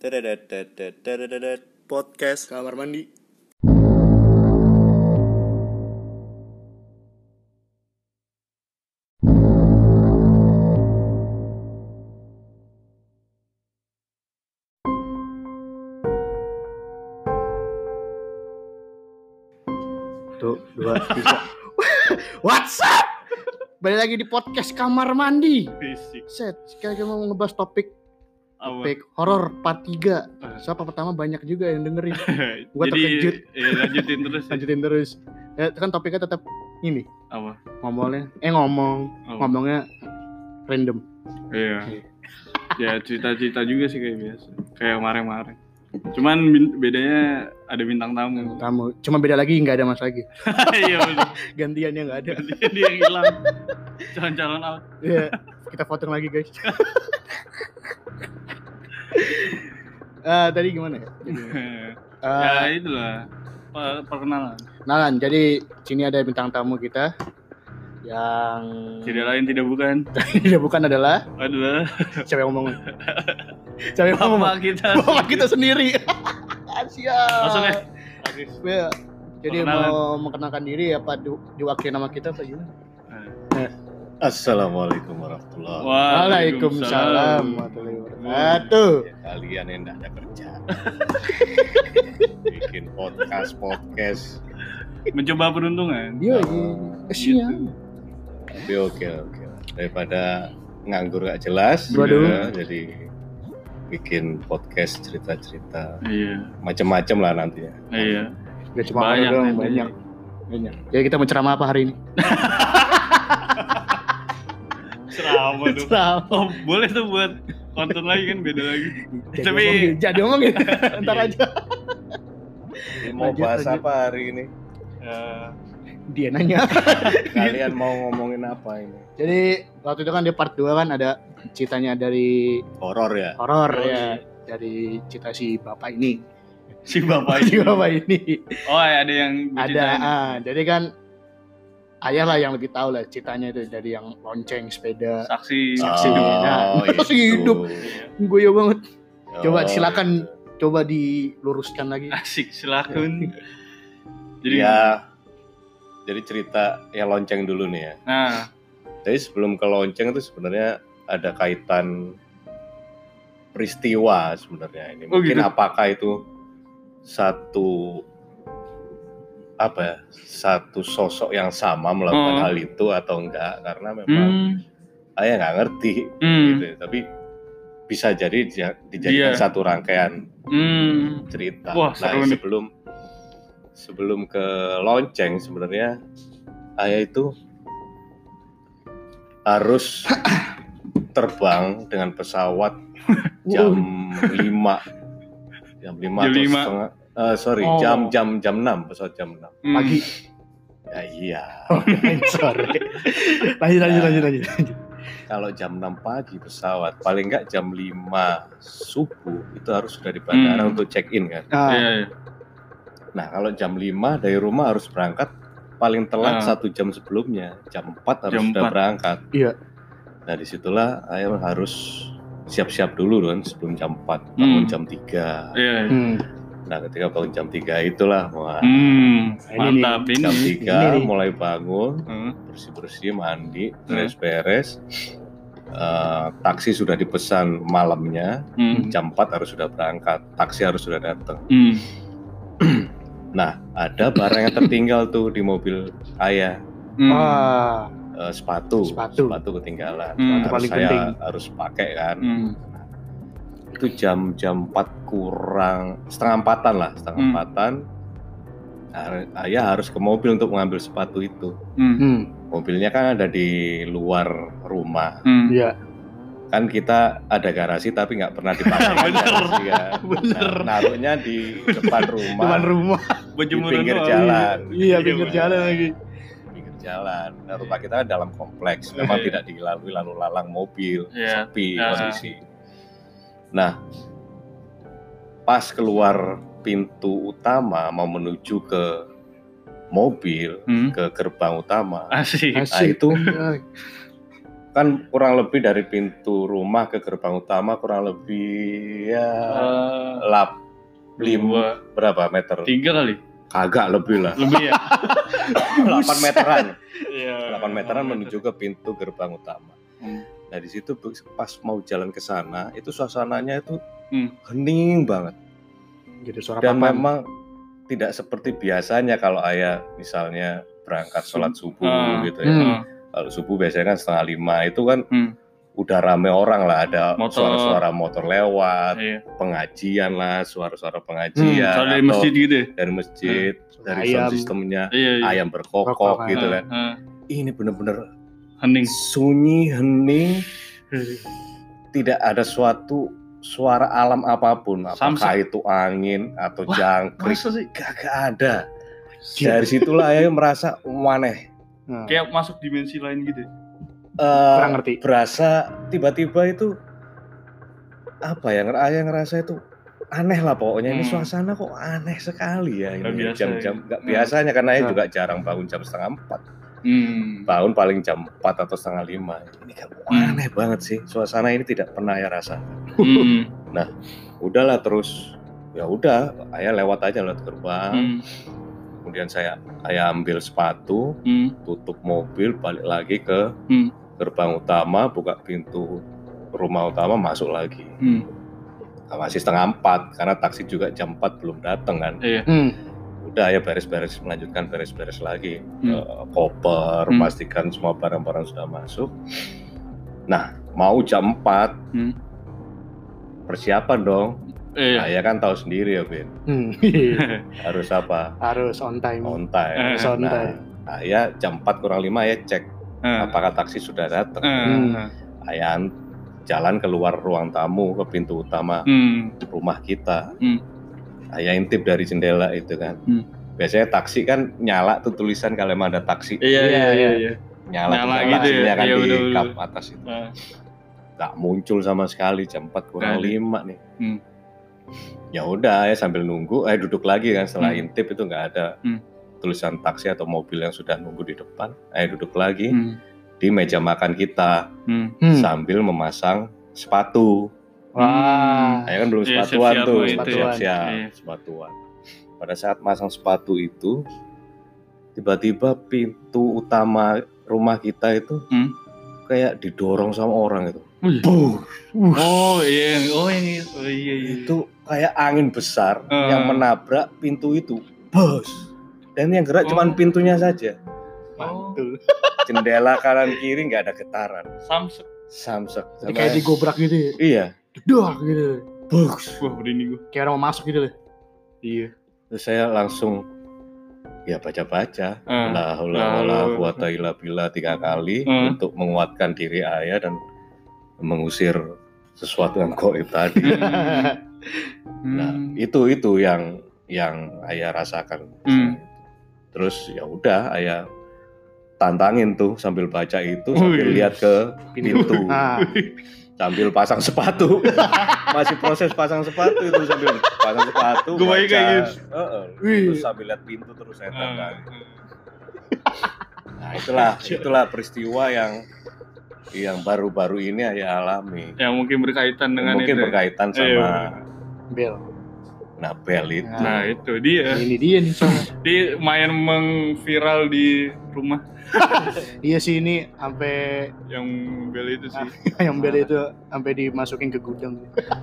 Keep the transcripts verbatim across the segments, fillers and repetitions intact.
Podcast kamar mandi. Satu, dua, tiga. What's up? Balik lagi di podcast kamar mandi. Fisik. Set, sekarang kita mau ngebahas topik Apa? topik horor part tiga. Siapa pertama banyak juga yang dengerin. Gua Jadi, terkejut. ya, lanjutin terus. Ya. Lanjutin terus. Ya, kan topiknya tetap ini. Apa? Ngomongnya, eh ngomong, Oh. ngomongnya random. Iya. Ya cerita-cerita juga sih kayak biasa. Kayak kemarin-kemarin. Cuman bin- bedanya ada bintang tamu. Kamu, cuma beda lagi nggak ada Mas lagi. Iya benar. Gantiannya nggak ada. Dia dia yang hilang. Calon-calon out. Iya, kita voting lagi guys. Ah, tadi gimana ya? Ya Ah, itulah. Per- Perkenalan. Kenalan, jadi sini ada bintang tamu kita yang Tidak lain tidak bukan tidak bukan adalah adalah siapa yang ngomong? Siapa yang ngomong? bapak kita. Bapak kita sendiri. Siap. Langsung ya. Ya. Jadi Perkenalan. mau mengenalkan diri apa di, diwakili nama kita apa gimana? Assalamualaikum warahmatullahi Waalaikumsalam warahmatullahi wabarakatuh. Ya, kalian yang tidak ada kerja. Bikin podcast podcast. Mencoba peruntungan. Iya, Oh, kesian. Tapi oke oke. Daripada nganggur gak jelas, Waduh. ya, jadi bikin podcast cerita-cerita Iya. macam-macam lah nantinya. Iya. Gak cuma Banyak, orang doang, nanti. banyak. Banyak. Jadi kita mau ceramah apa hari ini? Serama tuh. Ceramah. Oh, boleh tuh buat konten lagi kan beda lagi. Jadi Tapi- ngomongin, jadi ngomongin. Ntar Iya. aja. Ini mau Lanjut, bahas lanjut. apa hari ini? Ya, Dia nanya. Kalian mau ngomongin apa ini? Jadi waktu itu kan di part dua kan ada ceritanya dari Horor ya? horor Oh, ya. iya. Dari cerita si bapak ini. si bapak Si ini. bapak ini. Oh, ada yang Ada. diceritain. Ah, jadi kan ayah lah yang lebih tahu lah ceritanya itu dari yang lonceng sepeda. Saksi. Saksi. Oh, Nah, itu. saksi hidup. Gue banget. Coba Oh, silakan. itu. Coba diluruskan lagi. Asik, silakan. Jadi, Ya, jadi cerita yang lonceng dulu nih ya. nah, Jadi sebelum ke lonceng itu sebenarnya ada kaitan peristiwa sebenarnya ini. Oh, Mungkin gitu. apakah itu satu apa ya, satu sosok yang sama melakukan Oh. hal itu atau enggak? Karena memang hmm, ayah nggak ngerti hmm, gitu. Tapi bisa jadi dia- dijadikan Iya. satu rangkaian hmm. cerita. Wah, Nah, seru nih. sebelum sebelum ke lonceng sebenarnya ayah itu harus terbang dengan pesawat jam lima jam lima Jam atau lima. setengah eh, sorry Oh. jam jam jam enam pesawat jam enam Hmm. Pagi. ya iya Sorry. Lanjut lanjut lanjut lanjut. kalau jam enam pagi pesawat paling enggak jam lima subuh itu harus sudah di bandara Hmm. untuk check in kan. Iya, Ah, iya. Nah, kalau jam lima dari rumah harus berangkat paling telat Ah. satu jam sebelumnya. Jam empat harus Jam sudah empat. berangkat. Iya. Nah, disitulah ayah harus siap-siap dulu kan sebelum jam empat, bangun Hmm. jam tiga. Iya. Hmm. Nah, ketika bangun jam tiga itulah wah, Hmm, Ini mantap ini. jam tiga ini nih. mulai bangun, Hmm. bersih-bersih, mandi, Hmm. beres-beres. Eh, taksi sudah dipesan malamnya, Hmm. jam empat harus sudah berangkat. Taksi harus sudah datang. Hmm. Nah, ada barang yang tertinggal tuh di mobil ayah. Hmm. Wah. Eh, sepatu, Sepatu. ketinggalan. Hmm, harus paling saya penting. harus pakai kan. Hmm. Itu jam jam empat kurang setengah empatan lah, setengah Hmm. empatan. Nah, ayah harus ke mobil untuk mengambil sepatu itu. Hmm. Hmm. Mobilnya kan ada di luar rumah. Hmm. Iya. Kan kita ada garasi tapi nggak pernah dipakai. kan Bener. garasi kan. Bener. Nah, naruhnya di depan rumah, Depan rumah. di Berjemuran pinggir doang. jalan. Iya, pinggir Iya, jalan lagi. Pinggir jalan. Nah, rumah kita kan dalam kompleks, memang Iya. tidak dilalui lalu lalang mobil, Iya. sepi Ah. kondisi. Nah, pas keluar pintu utama mau menuju ke mobil, Hmm. ke gerbang utama, Asik. nah Asik. itu kan kurang lebih dari pintu rumah ke gerbang utama kurang lebih ya Uh, lap lima dua, berapa meter? tiga kali. Kagak lebih lah. Lebih ya. delapan meteran. Iya. delapan meteran menuju ke pintu gerbang utama. Hmm. Nah di situ pas mau jalan ke sana itu suasananya itu Hmm. hening banget. Gitu suara Dan papan. memang tidak seperti biasanya kalau ayah misalnya berangkat sholat subuh Ah. gitu ya. Hmm. Kalau subuh biasanya kan setengah lima itu kan Hmm. udah rame orang lah, ada Motor. suara-suara motor lewat, Iya. pengajian lah, suara-suara pengajian Soalnya dari atau masjid gitu ya. dari masjid, dari Ayam. sound sistemnya Iya, iya. ayam berkokok Berkokok, gitu Ah, kan. ah. Ini bener-bener Hening. sunyi, hening, tidak ada suatu suara alam apapun, apakah Samsak. itu angin atau Wah, jangkrik, Masa sih? kagak ada. Dari situlah saya merasa aneh. Nah, Kayak masuk dimensi lain gitu. Eh, kurang ngerti. berasa tiba-tiba itu apa ya, ayah ngerasa itu aneh lah pokoknya. Ini Hmm. suasana kok aneh sekali ya Nggak ini biasa jam-jam ya. nggak Hmm. biasanya karena ayah Nah. juga jarang bangun jam setengah empat, Hmm. bangun paling jam empat atau setengah lima. Ini kan Hmm. aneh banget sih, suasana ini tidak pernah ayah rasakan. Hmm. Udahlah terus ya udah ayah lewat aja lewat gerbang. Hmm. Kemudian saya ayah ambil sepatu, Hmm. tutup mobil, balik lagi ke Hmm. gerbang utama, buka pintu rumah utama, masuk lagi. Hmm. Nah, masih setengah empat karena taksi juga jam empat belum datang kan. Iya. Hmm. Udah ya beres-beres, melanjutkan beres-beres lagi. Hmm. Eh, koper, Hmm. pastikan semua barang-barang sudah masuk. Nah mau jam empat, Hmm. persiapan dong. Iya. Nah, ya kan tahu sendiri ya Bin, Hmm. harus apa, Harus on time. on time. Eh, Harus on Nah, time. ayah jam empat kurang lima ya cek Eh. apakah taksi sudah datang. Eh. Ayah jalan keluar ruang tamu ke pintu utama Hmm. rumah kita. Hmm. Ayah intip dari jendela itu kan. Hmm. Biasanya taksi kan nyala tuh tulisan kalau emang ada taksi. Iya, iya, iya, iya. Nyala, Nyala tuh gitu taksinya ya? kan Iya, di betul-betul. kap atas itu. Eh. Gak muncul sama sekali jam empat kurang Nggak ada. lima nih. Hmm. Ya udah ya sambil nunggu, eh duduk lagi kan setelah Hmm. intip itu nggak ada Hmm. tulisan taksi atau mobil yang sudah nunggu di depan. Eh duduk lagi Hmm. di meja makan kita Hmm. Hmm. sambil memasang sepatu. Wah. Saya kan belum Iya, sepatuan siap-siap tuh, mau itu ya. siap-siap Iya. sepatuan. Pada saat masang sepatu itu, tiba-tiba pintu utama rumah kita itu Hmm. kayak didorong sama orang itu. Wih. Buh, Oh iya, oh ini, oh iya iya. itu kayak angin besar Eh. yang menabrak pintu itu. Bos. Dan yang gerak Oh. cuma pintunya saja. Oh, Mantul. Jendela kanan kiri nggak ada getaran. Samsung. Samsek. Jadi kayak digobrak gitu ya. Iya. Duh gitu. Bus. Wah, berani gua. Kayak orang mau masuk gitu loh. Iya. Terus saya langsung ya baca-baca Eh. la haula La wala haula. quwata illa billah tiga kali Eh. untuk menguatkan diri ayah dan mengusir sesuatu yang goib tadi. Nah, Hmm. itu itu yang yang ayah rasakan. Hmm. Terus ya udah ayah tantangin tuh sambil baca itu sambil Wih. lihat ke pintu. Ah. Sambil pasang sepatu. Masih proses pasang sepatu itu sambil pasang sepatu. Gua bayangin kayak baca. gitu. Heeh. Wih. Terus sambil lihat pintu terus saya Eh. tantangin. Nah, itulah itulah peristiwa yang yang baru-baru ini ayah alami. Yang mungkin berkaitan dengan Mungkin itu. berkaitan Iya. sama Bel. Nabel itu. Nah, itu dia. Ini dia nih soalnya. Dia lumayan mengviral di rumah Iya sih ini sampai yang bel itu sih. yang Bel itu sampai dimasukin ke gudang.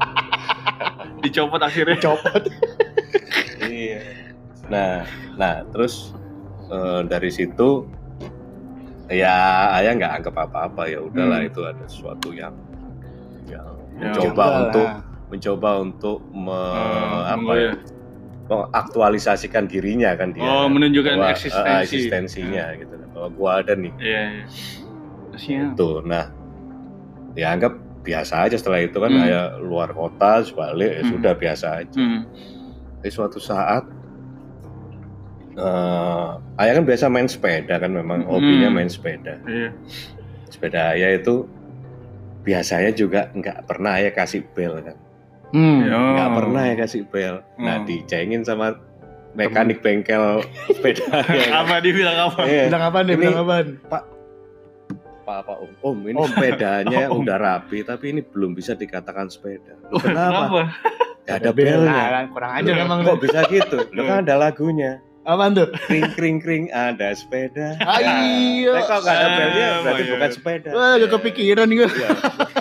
Dicopot akhirnya. Copot. Iya. Nah, nah terus eh, dari situ ya ayah nggak anggap apa-apa, ya udahlah Hmm. itu ada sesuatu yang yang Ya, mencoba janggal untuk lah. mencoba untuk me, Eh, apa ya, ya. mengaktualisasikan dirinya kan dia. Oh, menunjukkan bahwa, eh, eksistensi. eksistensinya gitu bahwa gua ada nih. Iya, iya. Siap. Tuh, nah dianggap biasa aja setelah itu kan Hmm. ayah luar kota sebalik ya Hmm. sudah biasa aja. Hmm. Tapi suatu saat eh ayah kan biasa main sepeda kan, memang Hmm. hobinya main sepeda. Iya. Sepeda ayah itu biasanya juga nggak pernah ayah kasih bel kan, Hmm. Ya. nggak pernah ya kasih bel. Nah Hmm. dicengin sama mekanik bengkel sepeda. Apa dia bilang apa? Iya. Bilang apaan deh? Ini- Bilang apaan? apa-apa om. Om ini sepedanya Oh, om. udah rapi tapi ini belum bisa dikatakan sepeda. Oh, Kenapa? Gak ada Nah, belnya. kan kurang aja Loh, memang. Kok bisa gitu? Lo kan ada lagunya. Apaan tuh? Kring kring kring ada sepeda. Ah, iya. Nah, kalau nggak ada belnya Ah, berarti iya. bukan sepeda. Wah, gak kepikiran gue. Iya.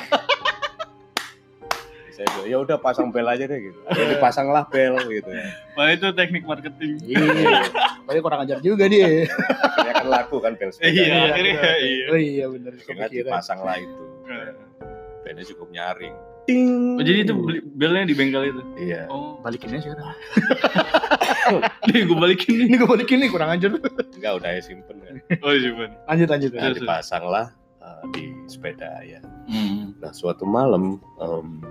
Saya bilang, ya udah pasang bel aja deh gitu. Akhirnya dipasanglah bel gitu ya. Wah itu teknik marketing. Iya. Tapi kurang ajar juga dia. Ya kan laku kan bel sepeda. Iya, Iya, akhirnya bener. iya. Oh iya benar Akhirnya kepikiran. dipasanglah itu. Nah. Belnya cukup nyaring. Ting. Oh jadi itu beli, belnya di bengkel itu? Iya. Oh, Balikinnya sekarang. nih gue balikin nih. Ini gue balikin nih kurang ajar. Enggak udah ya simpen kan. Oh simpan. Lanjut lanjut. Nah, Terus, terus. dipasanglah uh, di sepeda ya. Hmm. Nah suatu malam um,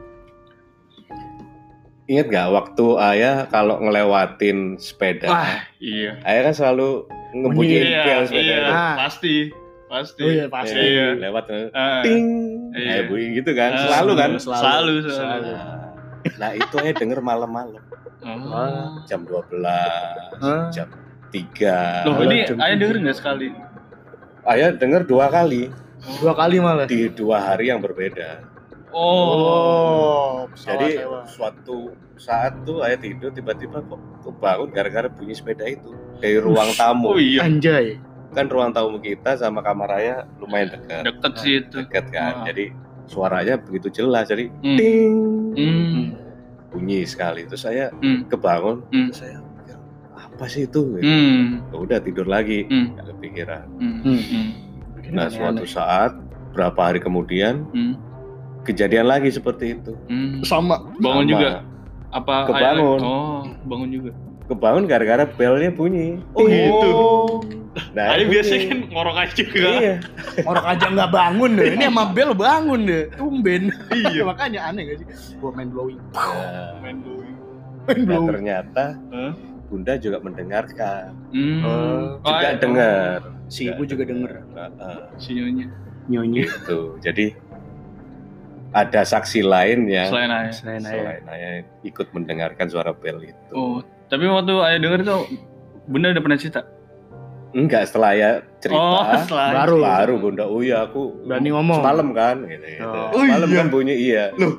ingat gak waktu ayah kalau ngelewatin sepeda, Wah, iya. ayah kan selalu ngebunyiin Iya, bel sepeda. iya, Ah. pasti, pasti. Oh iya pasti. Iya. Lewat Ah. ting, Iya. ayah bunyi gitu kan, Ah, selalu kan. Selalu. Selalu, selalu. Selalu. Nah, nah itu ayah denger malam-malam, Oh. jam dua belas, Ah. jam tiga. Loh, ini jam ayah tiga. denger nggak sekali? Ayah denger dua kali Dua kali malah. di dua hari yang berbeda. Oh. pesawat Jadi sewa. suatu saat tuh ayah tidur tiba-tiba kok kebangun gara-gara bunyi sepeda itu dari ruang tamu. Oh iya. Anjay. Kan ruang tamu kita sama kamar ayah lumayan dekat. Deket sih itu. Dekat kan. Ah. Jadi suaranya begitu jelas. Jadi Hmm. ting Hmm. bunyi sekali. Terus saya Hmm. kebangun. Hmm. Terus saya pikir, apa sih itu? Gitu. Hmm. Udah tidur lagi. Hmm. Gak kepikiran. Hmm. Hmm. Hmm. Nah suatu saat berapa hari kemudian Hmm. kejadian lagi seperti itu. Hmm. Sama. Bangun Sama. juga. Apa? Kebangun. ayah- Oh, bangun juga. Kebangun gara-gara belnya bunyi. Oh, gitu. Nah, Ayah bunyi. biasanya kan ngorok aja juga. Iya. Orang aja nggak bangun deh. Ini sama Bel bangun deh. Tumben. Iya. Makanya aneh gak sih? Gua main blowing. Nah, Main blowing. Main nah, blowing. ternyata Hah? Bunda juga mendengarkan. Hmm. Oh, Oh, Juga ayah- dengar. Si ibu juga denger. Nah, nah, Si nyonya. Nyonya. gitu. Jadi ada saksi lain yang Selain ayah. Selain ayah. selain ayah ikut mendengarkan suara bel itu. Oh, tapi waktu ayah denger itu Bunda udah pernah cerita? Enggak, setelah ayah cerita Oh, setelah baru. baru Bunda, oh ya aku Berani ngomong. semalam kan gitu, gitu. Oh. Oh, Semalam iya. kan bunyi iya. Loh.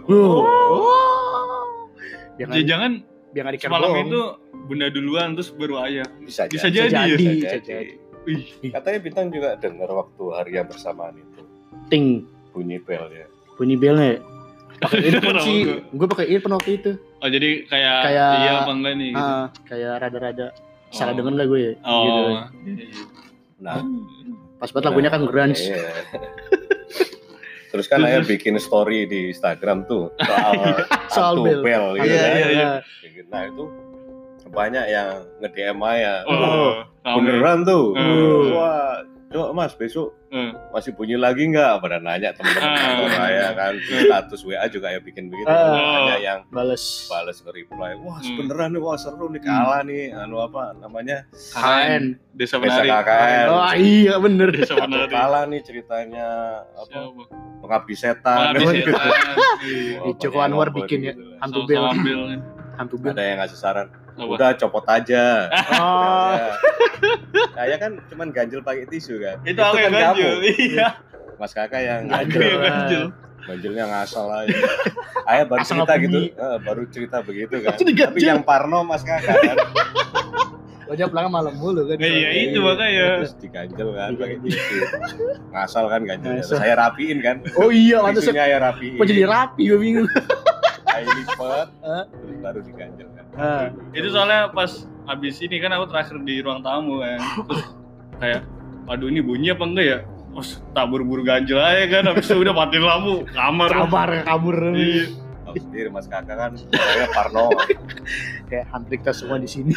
Biar nggak Jangan biar nggak dikira semalam bohong. itu Bunda duluan terus baru ayah. Bisa, Bisa jadi. jadi. jadi. Bisa Bisa jadi. Wih, Katanya Bintang juga dengar waktu hari yang bersamaan itu ting bunyi belnya. bunyi belnya. Pakai earphone Kenapa sih. gua? Gue pakai earphone waktu itu. oh jadi kayak, Kayak- iya apa enggak nih gitu. Ah, kayak rada-rada salah Oh. denger lah gue ya. Oh. Gitu. Nah, Pas banget lagunya kan grunge. iya. Terus kan ayah bikin story di Instagram tuh soal Soal hantu bel. bel gitu Iya, kan. iya, iya. Nah itu banyak yang nge-D M ayah. Oh, Wah, rame. beneran tuh. Hmm. Wah, coba mas besok Hmm. masih bunyi lagi nggak? Pada nanya teman-teman Ah. kantor saya kan di status W A juga ya bikin begitu. Ah. Banyak yang Bales. balas nge-reply, wah Hmm. beneran nih, wah seru nih, kalah nih, anu apa namanya, K N. Desa Desa Penari. K K N. Oh iya bener. Desa Atau Penari. kalah nih ceritanya apa, Siapa? pengabdi setan. Pengabdi Oh, setan. Wah, Di Joko banyak Anwar yang bikin ya. gitu lah. Hantu Sama- bel. sama bel. Hantu bel. Ada yang ngasih saran, Apa? udah copot aja. Oh. Ya. Saya kan cuman ganjel pakai tisu kan. Itu aku yang kan ganjel. Iya. Mas Kakak yang Aku Ganjel. yang ganjel. ganjelnya ngasal aja. Ayah baru Asal cerita bunyi. gitu, eh, baru cerita begitu kan. Itu diganjel. Tapi yang Parno Mas Kakak kan. Wajah pelanggan malam mulu kan. Nah, iya, itu makanya. Terus diganjel kan pakai tisu. Ngasal kan ganjelnya. Ngasal. Terus saya rapiin kan. Oh iya, pantes Tisunya saya rapiin. kok jadi rapi gue bingung. Saya lipat, Hah? terus baru diganjel kan. Ah. Itu soalnya pas habis ini kan aku terakhir di ruang tamu kan. Terus kayak aduh ini bunyi apa enggak ya? Terus tak buru-buru ganjel aja kan. Habis itu udah matiin lampu kamar. Kabar kabur. Iya. Tahu sendiri Mas Kakak kan, saya Parno. Kayak hampir kita semua di sini.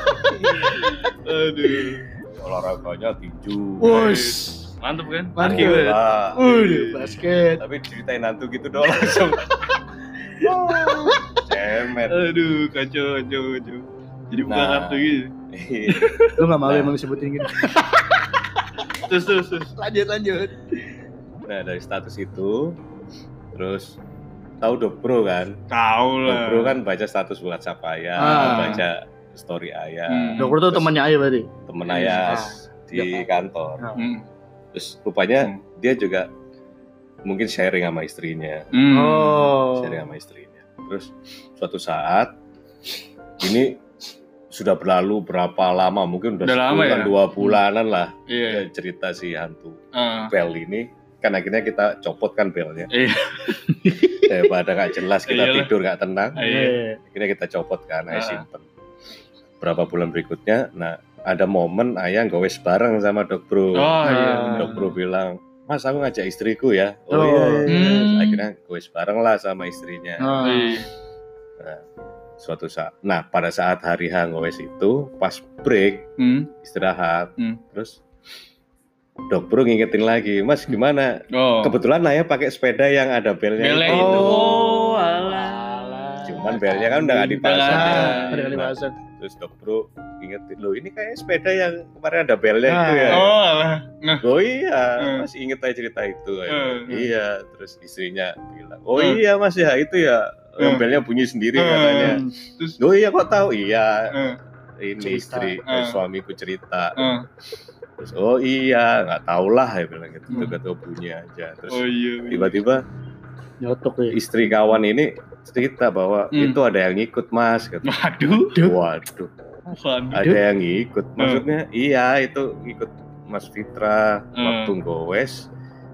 Aduh. Olahraganya tinju. Wus. Mantep kan? Mantep. Laki gue. Ah, Udah basket. tapi ceritain hantu gitu doang langsung. Cemen. Aduh, kacau, kacau, kacau. Jadi buka Nah. kartu gitu. Lu gak malu Nah. emang disebutin gitu. Terus, terus, terus. Lanjut lanjut. Nah dari status itu, terus tahu Dokbro kan? Tahu lah. Dokbro kan baca status WhatsApp ayah, Ah. baca story ayah, Hmm. Dokter tuh temannya Ayah berarti. temen Ah. ayah di Ya. kantor. Ah. Hmm. Terus rupanya Hmm. dia juga mungkin sharing sama istrinya, Hmm. Oh. sharing sama istrinya. Terus suatu saat ini sudah berlalu berapa lama, mungkin udah Udah lama sebulan ya? dua bulanan lah Iya. ya, cerita si hantu Ah. bel ini. Kan akhirnya kita copot kan belnya, Iya. daripada nggak jelas kita Iyalah. tidur nggak tenang. Iya. Akhirnya kita copot kan, ayah Ah. simpen. Berapa bulan berikutnya, nah ada momen ayah gowes bareng sama Dok Bro. Oh iya. Dok Bro bilang, Mas aku ngajak istriku ya. Oh, Oh. iya, iya, iya. Hmm. Akhirnya gowes bareng lah sama istrinya. Ah. Iya. Nah, suatu saat, nah pada saat hari H gowes itu, pas break Hmm. istirahat, Hmm. terus Dok Bro ngingetin lagi, Mas gimana? Oh. Kebetulan ayah pakai sepeda yang ada belnya, Belnya itu. itu. Oh, alah. Cuman belnya kan udah nggak dipasang. Udah nggak ada. Ah, udah dipasang. Terus Dok Bro ingetin, loh ini kayak sepeda yang kemarin ada belnya Nah. itu ya. Oh alah. Nah. Oh iya, Hmm. masih inget aja cerita itu. Hmm. Iya, terus istrinya bilang, oh Hmm. iya Mas ya itu ya, yang Hmm. belnya bunyi sendiri Hmm. katanya. Terus. Oh iya kok tahu? Iya, Eh. ini Cerita. istri, Hmm. eh, suamiku cerita. Eh. Terus oh iya, nggak tahu lah ya bilang gitu, Hmm. tiba-tiba bunyi aja. Terus Oh iya. tiba-tiba Nyotok ya. istri kawan ini cerita bahwa Hmm. itu ada yang ngikut Mas. Kata. Waduh. Waduh. Waduh. Ada yang ngikut, maksudnya iya itu ngikut Mas Fitra Hmm. waktu gowes.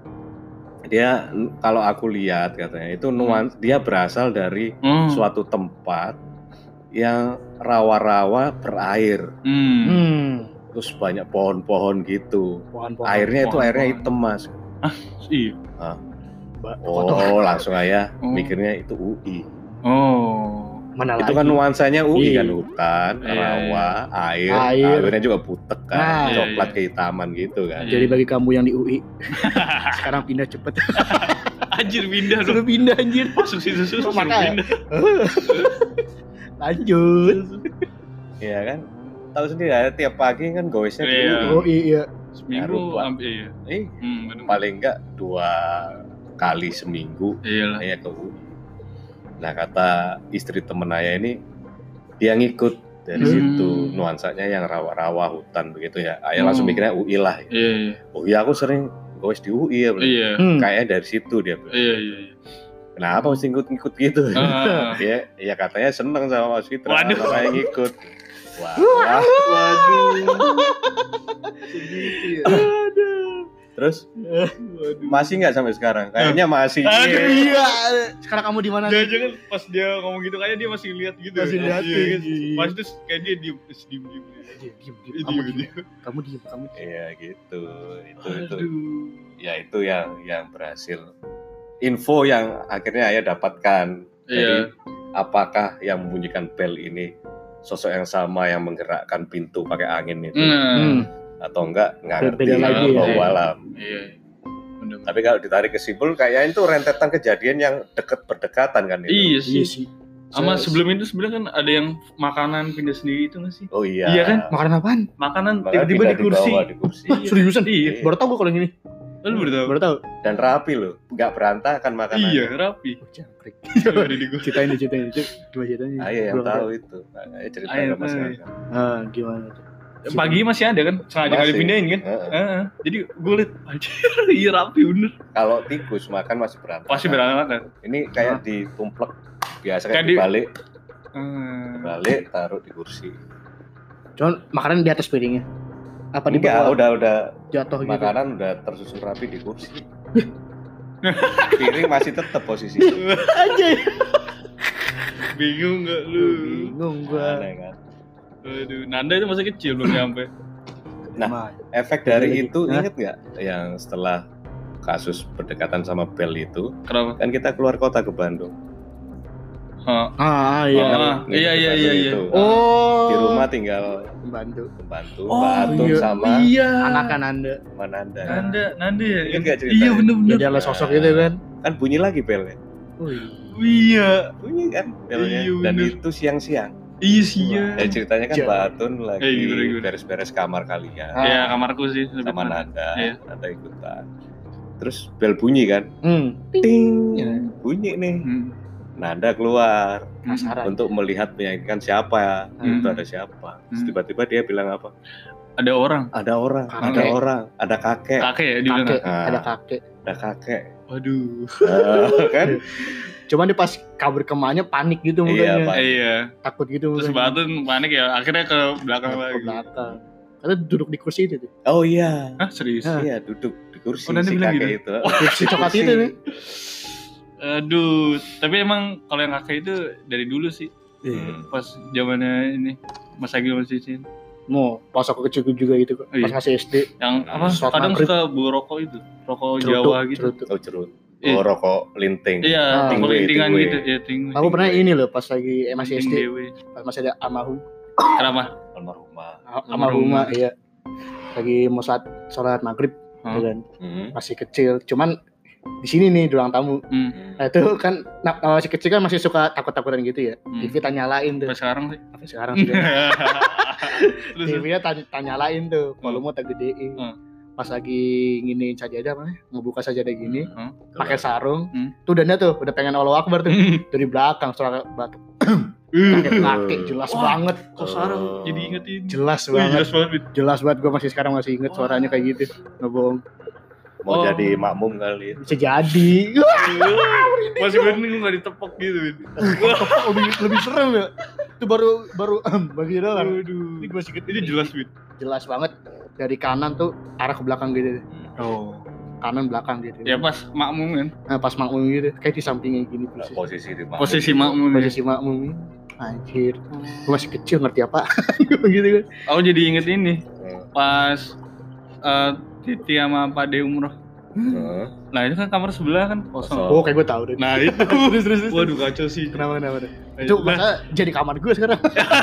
Dia n- kalau aku lihat katanya itu nuans dia berasal dari Hmm. suatu tempat yang rawa-rawa berair, Hmm. Hmm. terus banyak pohon-pohon gitu. Pohon-pohon. Airnya itu airnya pohon-pohon. hitam Mas. Iya. Ba- kotor. Oh langsung aja Oh. mikirnya itu U I. Oh. Mana Itu lagi? kan nuansanya U I Iya. kan, hutan, Iya, rawa, air, Air. airnya juga putek kan, Nah. coklat Iya, iya. kehitaman gitu kan. Iya. Jadi bagi kamu yang di U I, sekarang pindah cepet. Anjir pindah dong. Suruh pindah anjir. Masuk situ suruh suruh Makanya. pindah. Lanjut. Iya kan? Tahu sendiri ya, tiap pagi kan gowesnya di Iya. U I. Oh iya. Seminggu Ngaruh, Pak. ambil iya. Eh, Hmm, bener. paling enggak dua kali seminggu Iyalah. ayah ke U I. Nah kata istri temen ayah ini, dia ngikut dari Hmm. situ, nuansanya yang rawa-rawa hutan begitu ya. Ayah langsung Oh. mikirnya U I lah. Iya, iya. Oh iya aku sering gowes di U I ya. bilang. Iya. Hmm. Kayaknya dari situ dia bilang. Iya, iya, iya. Kenapa mesti ngikut-ngikut gitu? Ah. Ya, ya katanya seneng sama Mas Fitra, Waduh. makanya ngikut. Wah, wah. Waduh. Segitu ya. Terus Waduh. masih nggak sampai sekarang? Kayaknya masih. Aduh. Iya. Sekarang kamu di mana? Jangan-jangan pas dia ngomong gitu kayak dia masih lihat gitu. Masih ya? liatin. Iya, kan? Pas itu kayak dia diem terus diem diem. diem. Diam, diam, diam. Diem, Kamu diem. diam. Kamu diam, kamu diam. Iya gitu. Itu itu. Aduh. Ya itu yang yang berhasil. Info yang akhirnya ayah dapatkan. Jadi Iya. apakah yang membunyikan bel ini sosok yang sama yang menggerakkan pintu pakai angin itu Nah. Hmm. atau enggak? Nggak ngerti. Beda lagi ya. Allahu alam. Iya. Bener. Tapi kalau ditarik kesimpulan kayaknya itu rentetan kejadian yang deket berdekatan kan itu. Iya Iya sih. sih. Sama Se- sebelum itu sebenarnya kan ada yang makanan pindah sendiri itu nggak sih? Oh iya. Iya kan? Makanan apaan? Makanan Makanya tiba-tiba pindah di kursi. bawah, di kursi. Hah, seriusan? Iya. Baru tahu gue kalau yang ini. Lu baru tahu? Baru tahu. Dan rapi loh, nggak berantakan makanannya. Iya, rapi. Oh, jangkrik. Ada di gua. Ceritain deh, ceritain deh. Coba ceritain. Ayah yang Belum tahu itu. Ayah cerita Ayah ke Mas tahu. Angga. Ah, gimana tuh? Pagi masih ada kan? Sengaja kali Masih. pindahin kan? Heeh. Heeh. Jadi gue liat anjir, iya rapi bener. Kalau tikus makan masih berantakan. Pasti berantakan. Ini kayak ditumplek biasa Kayak kayak di- dibalik, Hmm. balik taruh di kursi. Cuman makanan di atas piringnya. Apa di Enggak, bawah udah udah jatuh gitu? makanan udah tersusun rapi di kursi. Piring masih tetap posisi. Aja. Bingung gak lu? Bingung gua. Aneh kan. Aduh, Nanda itu masih kecil belum nyampe. Nah, Nah, efek dari Lagi. itu Hah? inget nggak yang setelah kasus berdekatan sama Bel itu Kenapa? kan kita keluar kota ke Bandung. Hah. ah iya. Ah, Kan ngikut iya, ke iya, Bandung iya, iya. itu. Oh. Di rumah tinggal Bantu. pembantu, Oh, Mbak Atun iya. sama Iya. Anak-anak Anda. Mananda. Nanda, Nanda ya. Ingat nggak ceritanya? Iya bener-bener. Jadi ada sosok itu kan. Kan bunyi lagi belnya. Wih. Iya. Bunyi kan belnya. Iya, Dan bener. itu siang-siang. Iya sih ya. Ya ceritanya kan Jangan. Mbak Atun lagi Eh, gimana, gimana? beres-beres kamar kalian Ah. Iya kamarku sih lebih sama tepatnya. Nanda. Iya. Nanda ikutan. Terus bel bunyi kan? Hmm. Ting. Iya. Bunyi nih. Hmm. Nanda keluar Penasaran. untuk melihat meyakinkan siapa ya. Hmm. Itu ada siapa. Terus Hmm. tiba-tiba dia bilang apa? ada orang. Ada orang, Kakek. ada orang, ada kakek, Kakek ya dibilang. Kakek, Ah. ada kakek. ada kakek. Waduh. Eh, kan? Cuman dia pas kabur ke emaknya panik gitu Iya, mukanya. Pak. Iya. Takut gitu Terus mukanya. Batun panik ya, akhirnya ke belakang Ke lagi. belakang. Karena duduk di kursi itu tuh. Oh iya, Hah, serius? Hah. iya duduk di kursi Oh, nanti si bilang kakek gitu? itu. Kursi coklat itu nih. Aduh, tapi emang kalau yang kakek itu dari dulu sih, Hmm. pas zamannya ini Mas Agil masih Cicin. Mau pas aku kecil juga gitu kok. Iya. Pas masih S D. Yang apa? Sholat Kadang maghrib. suka bawa rokok itu, rokok Cerutu, Jawa gitu. cerutu. Oh cerut. Iya. Oh rokok linting. Iya, Ah. rokok Tingwe, lintingan tingwe. gitu, ya tingwe. Aku pernah ini loh pas lagi eh, masih S Linting D. dewe. Pas masih ada almarhum. Kenapa? Almarhumah. Almarhumah iya. Lagi mau saat sholat maghrib Hah? gitu kan. Hmm. Masih kecil. Cuman di sini nih di ruang tamu. Hmm. Nah itu kan nah, masih kecil kan masih suka takut-takutan gitu ya. Hmm. T V tanya nyalain tuh. Sampai sekarang sih. Sampai sekarang sudah. Terus T V-nya tanya, tanya nyalain tuh. Volume tak gedein. Hmm. Pas lagi nginiin sajadah apa? Ngebuka sajadah gini. Hmm. Pakai sarung. Hmm. Tuh dana tuh udah pengen Allahu Akbar tuh. Dari belakang suara batuk. Kakek jelas Wah. banget. Kok sekarang jadi ingetin? Jelas Wih, banget. jelas banget. Bit. Jelas banget gue masih sekarang masih inget suaranya kayak gitu. Nggak bohong. Mau Oh. jadi makmum kali. Bisa jadi. Masih bening nggak ditepok gitu. Bit. lebih lebih serem ya. Itu baru baru bagi doang. Aduh. Ini gue masih kecil. Ini jelas Bit. Jelas banget dari kanan tuh arah ke belakang gitu. Oh. Kanan belakang gitu. Ya pas makmum kan. Nah, pas makmum gitu kayak di sampingnya gini posisi. Posisi di makmum. Posisi makmum. ya. Posisi makmum. Anjir. Gue masih kecil ngerti apa. gitu kan. Aku jadi inget ini. Hmm. Pas eh, Titi sama Pak De umroh. Hmm. Nah itu kan kamar sebelah kan kosong. Kosong. Oh, kayak gue tahu deh. Nah itu. terus terus terus. Waduh kacau sih. Kenapa kenapa? kenapa? Itu Nah, masa jadi kamar gue sekarang.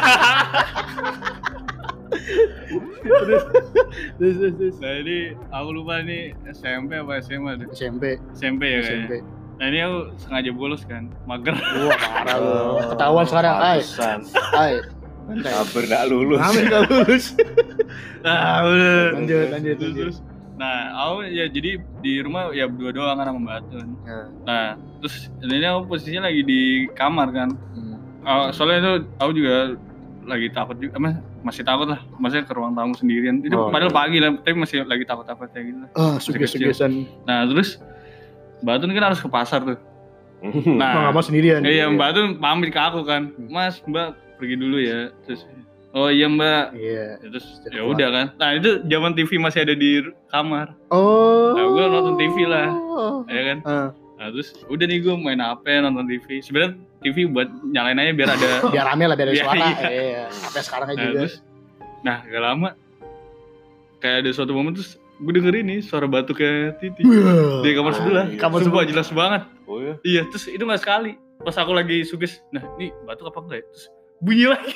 terus, terus, terus, terus. Nah ini aku lupa nih S M P apa S M A deh. S M P, S M P ya S M P. kayaknya. Nah ini aku sengaja bolos kan, mager. Wah, parah lu. Ketahuan sekarang, ay. Pantesan. Ay. Santai. Kabur nggak lulus. Ngamen gak lulus. Ah bener. Lanjut, lanjut, Terus, lanjut. terus. Nah aku ya jadi di rumah ya berdua doang kan sama Mbak Atun. Nah terus ini aku posisinya lagi di kamar kan. Oh, soalnya itu aku juga lagi takut juga, eh, masih takut lah, maksudnya ke ruang tamu sendirian. Itu Oh, padahal iya. pagi lah, tapi masih lagi takut-takut kayak gitu. Ah, Masih suges-sugesan. Nah terus Mbak Atun kan harus ke pasar tuh. Hmm. Nah, Mau gak mau sendirian. iya Mbak Atun pamit ke aku kan, Mas Mbak pergi dulu ya. Terus oh iya Mbak. Iya. Ya, terus ya udah kan. Nah itu zaman T V masih ada di kamar, Oh. Nah, gua nonton T V lah. ya kan. Ah, Nah terus udah nih gue main H P nonton T V. Sebenarnya T V buat nyalain aja biar ada. biar rame lah, biar ada Iya, suara. iya. Iya. Sampai sekarang aja Nah, juga. terus, nah gak lama kayak ada suatu momen terus gue denger ini suara batuknya Titi Wah. di kamar sebelah. iya. Kamar Sumpah sebelah. jelas banget. Oh ya. Iya, terus itu gak sekali. Pas aku lagi suges, nah ini batuk apa enggak ya? Terus bunyi lagi.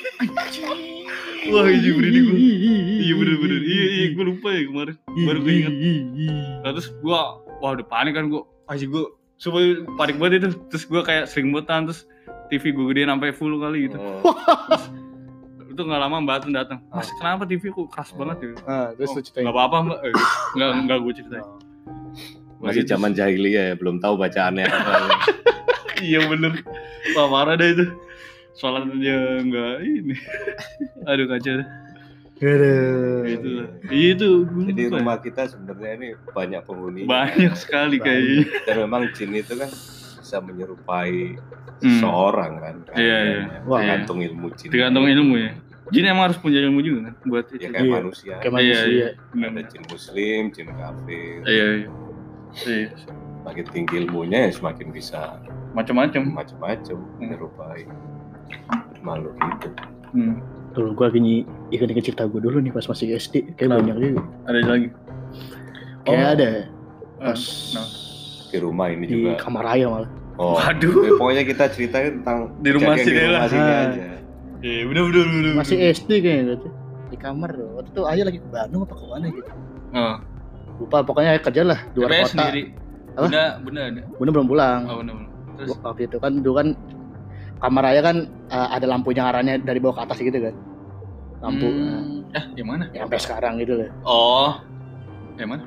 Wah iya berani gue. Iya bener-bener. Iya iya gue lupa ya kemarin. Baru gue ingat. Nah terus gue, wah udah panik kan gue. Aja gue, sumpah panik banget itu. Terus gue kayak sering botan, terus T V gue gedein sampai full kali gitu. Oh. Itu gak lama Mbak Atun datang. Mas kenapa T V kok keras banget ya? Ah, terus Oh, lu ceritain. gak apa-apa Mbak. Eh, Gak, gak gue ceritain. Masih zaman jahiliyah ya, belum tahu bacaannya apa. Iya bener. Wah marah deh itu. Sholatnya enggak ini. Aduh kacau deh. Aduh. Itu lah. Iya itu. gua Jadi lupa ya. rumah kita sebenarnya ini banyak penghuni. Banyak sekali kayaknya. Dan memang jin itu kan bisa menyerupai Hmm. seorang kan. Iya, iya. Wah, Tergantung ilmu jin. Tergantung ilmu ya. Jin emang harus punya ilmu juga kan buat Ya itu. kayak Iya. manusia. Kayak Iya, manusia. iya. Ada Bener. jin muslim, jin kafir. Iya iya. Iya. Semakin tinggi ilmunya ya semakin bisa Macam-macam. macam-macam menyerupai makhluk itu. Hmm. Tuh, gue lagi nyi- ingat-ingat cerita gue dulu nih pas masih S D. Kayak Kenapa? banyak juga. Ada lagi. Kayak Oh. ada Eh, pas nah. Di rumah ini di juga. kamar raya malah. Oh, Waduh. ya, pokoknya kita ceritain tentang Di rumah kejadian sini di rumah lah. sini Ah. aja. Iya bener bener bener. Masih S D kayaknya gitu. Di kamar tuh. Waktu itu ayah lagi ke Bandung apa ke mana gitu. Oh. Lupa, pokoknya ayah kerja lah di luar Tapi kota. sendiri. Apa? Bunda, bunda ada. Bunda belum pulang. Oh bener bener. Terus. Waktu itu kan dulu kan kamar raya kan uh, ada lampunya arahnya dari bawah ke atas gitu kan. Lampu nah, Hmm. Eh, yang mana? yang sampai sekarang gitu loh. Oh. Yang mana?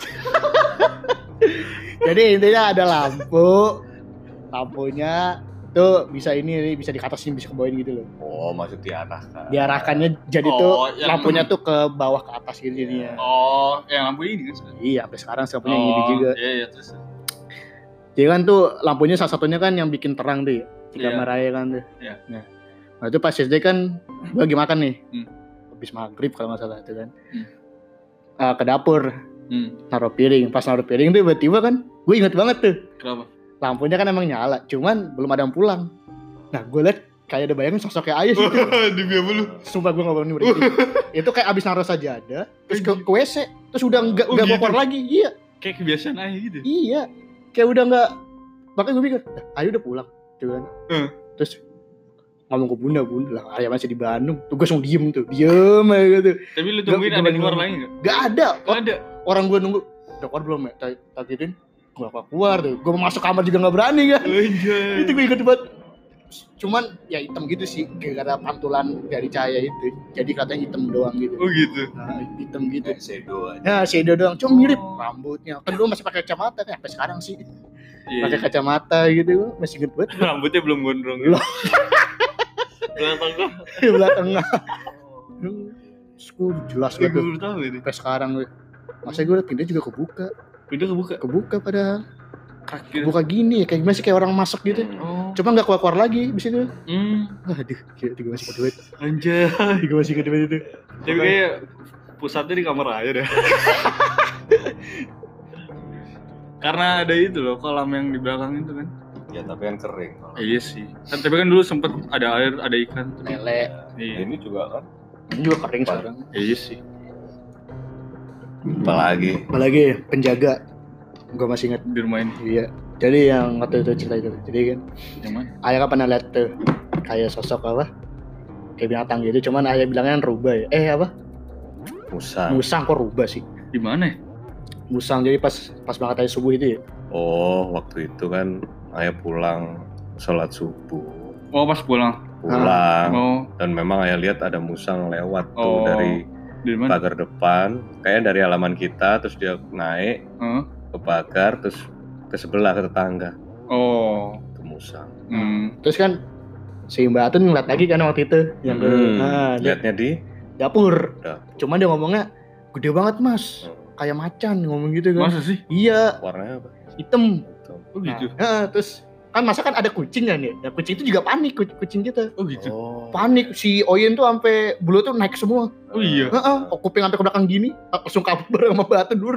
Jadi intinya ada lampu, lampunya Tuh bisa ini bisa dikatasin bisa kebawain gitu loh. Oh, maksud diarahkan. Diarahkannya jadi Oh, tuh yang- lampunya tuh ke bawah ke atas gitu jadinya. Oh, yang lampu ini kan sekarang. Iya, sampai sekarang sih lampunya ini juga. Iya, iya, terus. Jadi kan tuh lampunya salah satunya kan yang bikin terang tuh ya. Di Iya. kamar Raya kan tuh. Iya. Nah, waktu itu pas S D kan gue lagi makan nih. Hmm. Habis maghrib kalau nggak salah itu kan. Hmm. Ah, ke dapur Hmm. naruh piring. Pas naruh piring tuh tiba-tiba kan gue inget banget tuh. Kenapa? Lampunya kan emang nyala, cuman belum ada yang pulang. Nah, gue liat kayak ada bayangan sosoknya Ayah sih. Demi apa lu? Sumpah gue gak berani berhenti. Itu kayak abis naruh sajadah, terus ke, ke W C, terus udah nggak Oh, nggak gitu? keluar lagi. Iya, Kayak kebiasaan aja gitu. iya. Kayak udah nggak. Makanya gue mikir, "Dah, Ayu udah pulang, gitu kan." Hmm. Terus ngomong ke bunda, bunda lah, Ayah masih di Bandung. Tuh gue langsung diem tuh, diem aja gitu. Tapi lu Gak- tungguin gak ada berani keluar ngomong. lagi enggak? Gak ada. Enggak ada. Orang gue nunggu, udah keluar belum ya? Tak tak gituin, gue apa keluar tuh. Gue mau masuk kamar juga nggak berani kan. Anjay. Itu gue inget banget. Cuman ya hitam gitu sih, gara-gara pantulan dari cahaya itu. Jadi katanya hitam doang gitu. Oh gitu. Nah, hitam gitu. Kayak shadow aja. Nah, shadow doang, cuma mirip rambutnya. Kan dulu masih pakai kacamata kan, sampai sekarang sih Iya. pakai kacamata gitu, masih inget banget. Rambutnya belum gondrong. Belum. Belakang gua. Di belah tengah. Terus gue jelas Gue gitu. baru tahu ini. Sampai sekarang gue. Masa gue liat pintu juga kebuka, Pintu kebuka. kebuka padahal. Kaki. Kebuka gini ya, kayak gimana sih kayak orang masuk gitu. Oh. Cuma nggak keluar-keluar lagi abis itu. Hmm. Aduh, gila, gue masih kedua. Anjay. Gue masih kedua itu. Tapi kayak pusatnya di kamar aja deh. Karena ada itu loh kolam yang di belakang itu kan. Ya tapi kan kering. kalau- Eh, iya sih. Kan, tapi kan dulu sempet ada air, ada ikan. Tapi, Lele. iya. Ini juga kan. Ini juga kering sekarang. Eh, iya sih. Apalagi. Apalagi penjaga. Gue masih ingat. Di rumah ini. Iya. Jadi yang waktu itu cerita itu. Jadi kan Yang mana? Ayah kan pernah lihat tuh kayak sosok apa? Kayak binatang gitu. Cuman Ayah bilangnya kan rubah ya. Eh apa? Musang. Musang kok rubah sih? Di mana? ya? Musang jadi pas pas banget Ayah subuh itu ya. Oh, waktu itu kan ayah pulang sholat subuh. Oh, pas pulang. Pulang. Oh, Dan memang ayah lihat ada musang lewat tuh Oh. dari di mana? pagar depan. Kayaknya dari halaman kita, terus dia naik Hah? ke pagar, terus ke sebelah ke tetangga. Oh. Itu musang. Hmm. Terus kan si Mbak Atun ngeliat lagi kan waktu itu yang ke Hmm, nah, dia lihatnya di dapur. Dapur. Cuman dia ngomongnya gede banget mas, Hmm. kayak macan ngomong gitu kan. Masa sih? Iya, warnanya apa? hitam. Hitam. Oh gitu. Nah, terus kan masa kan ada kucing kan ya. Nah, kucing itu juga panik kuc- kucing kita. Oh gitu. Oh. Panik si Oyen tuh sampai bulu tuh naik semua. Oh iya. Heeh, oh, kuping sampai ke belakang gini, langsung kabur sama batu dur.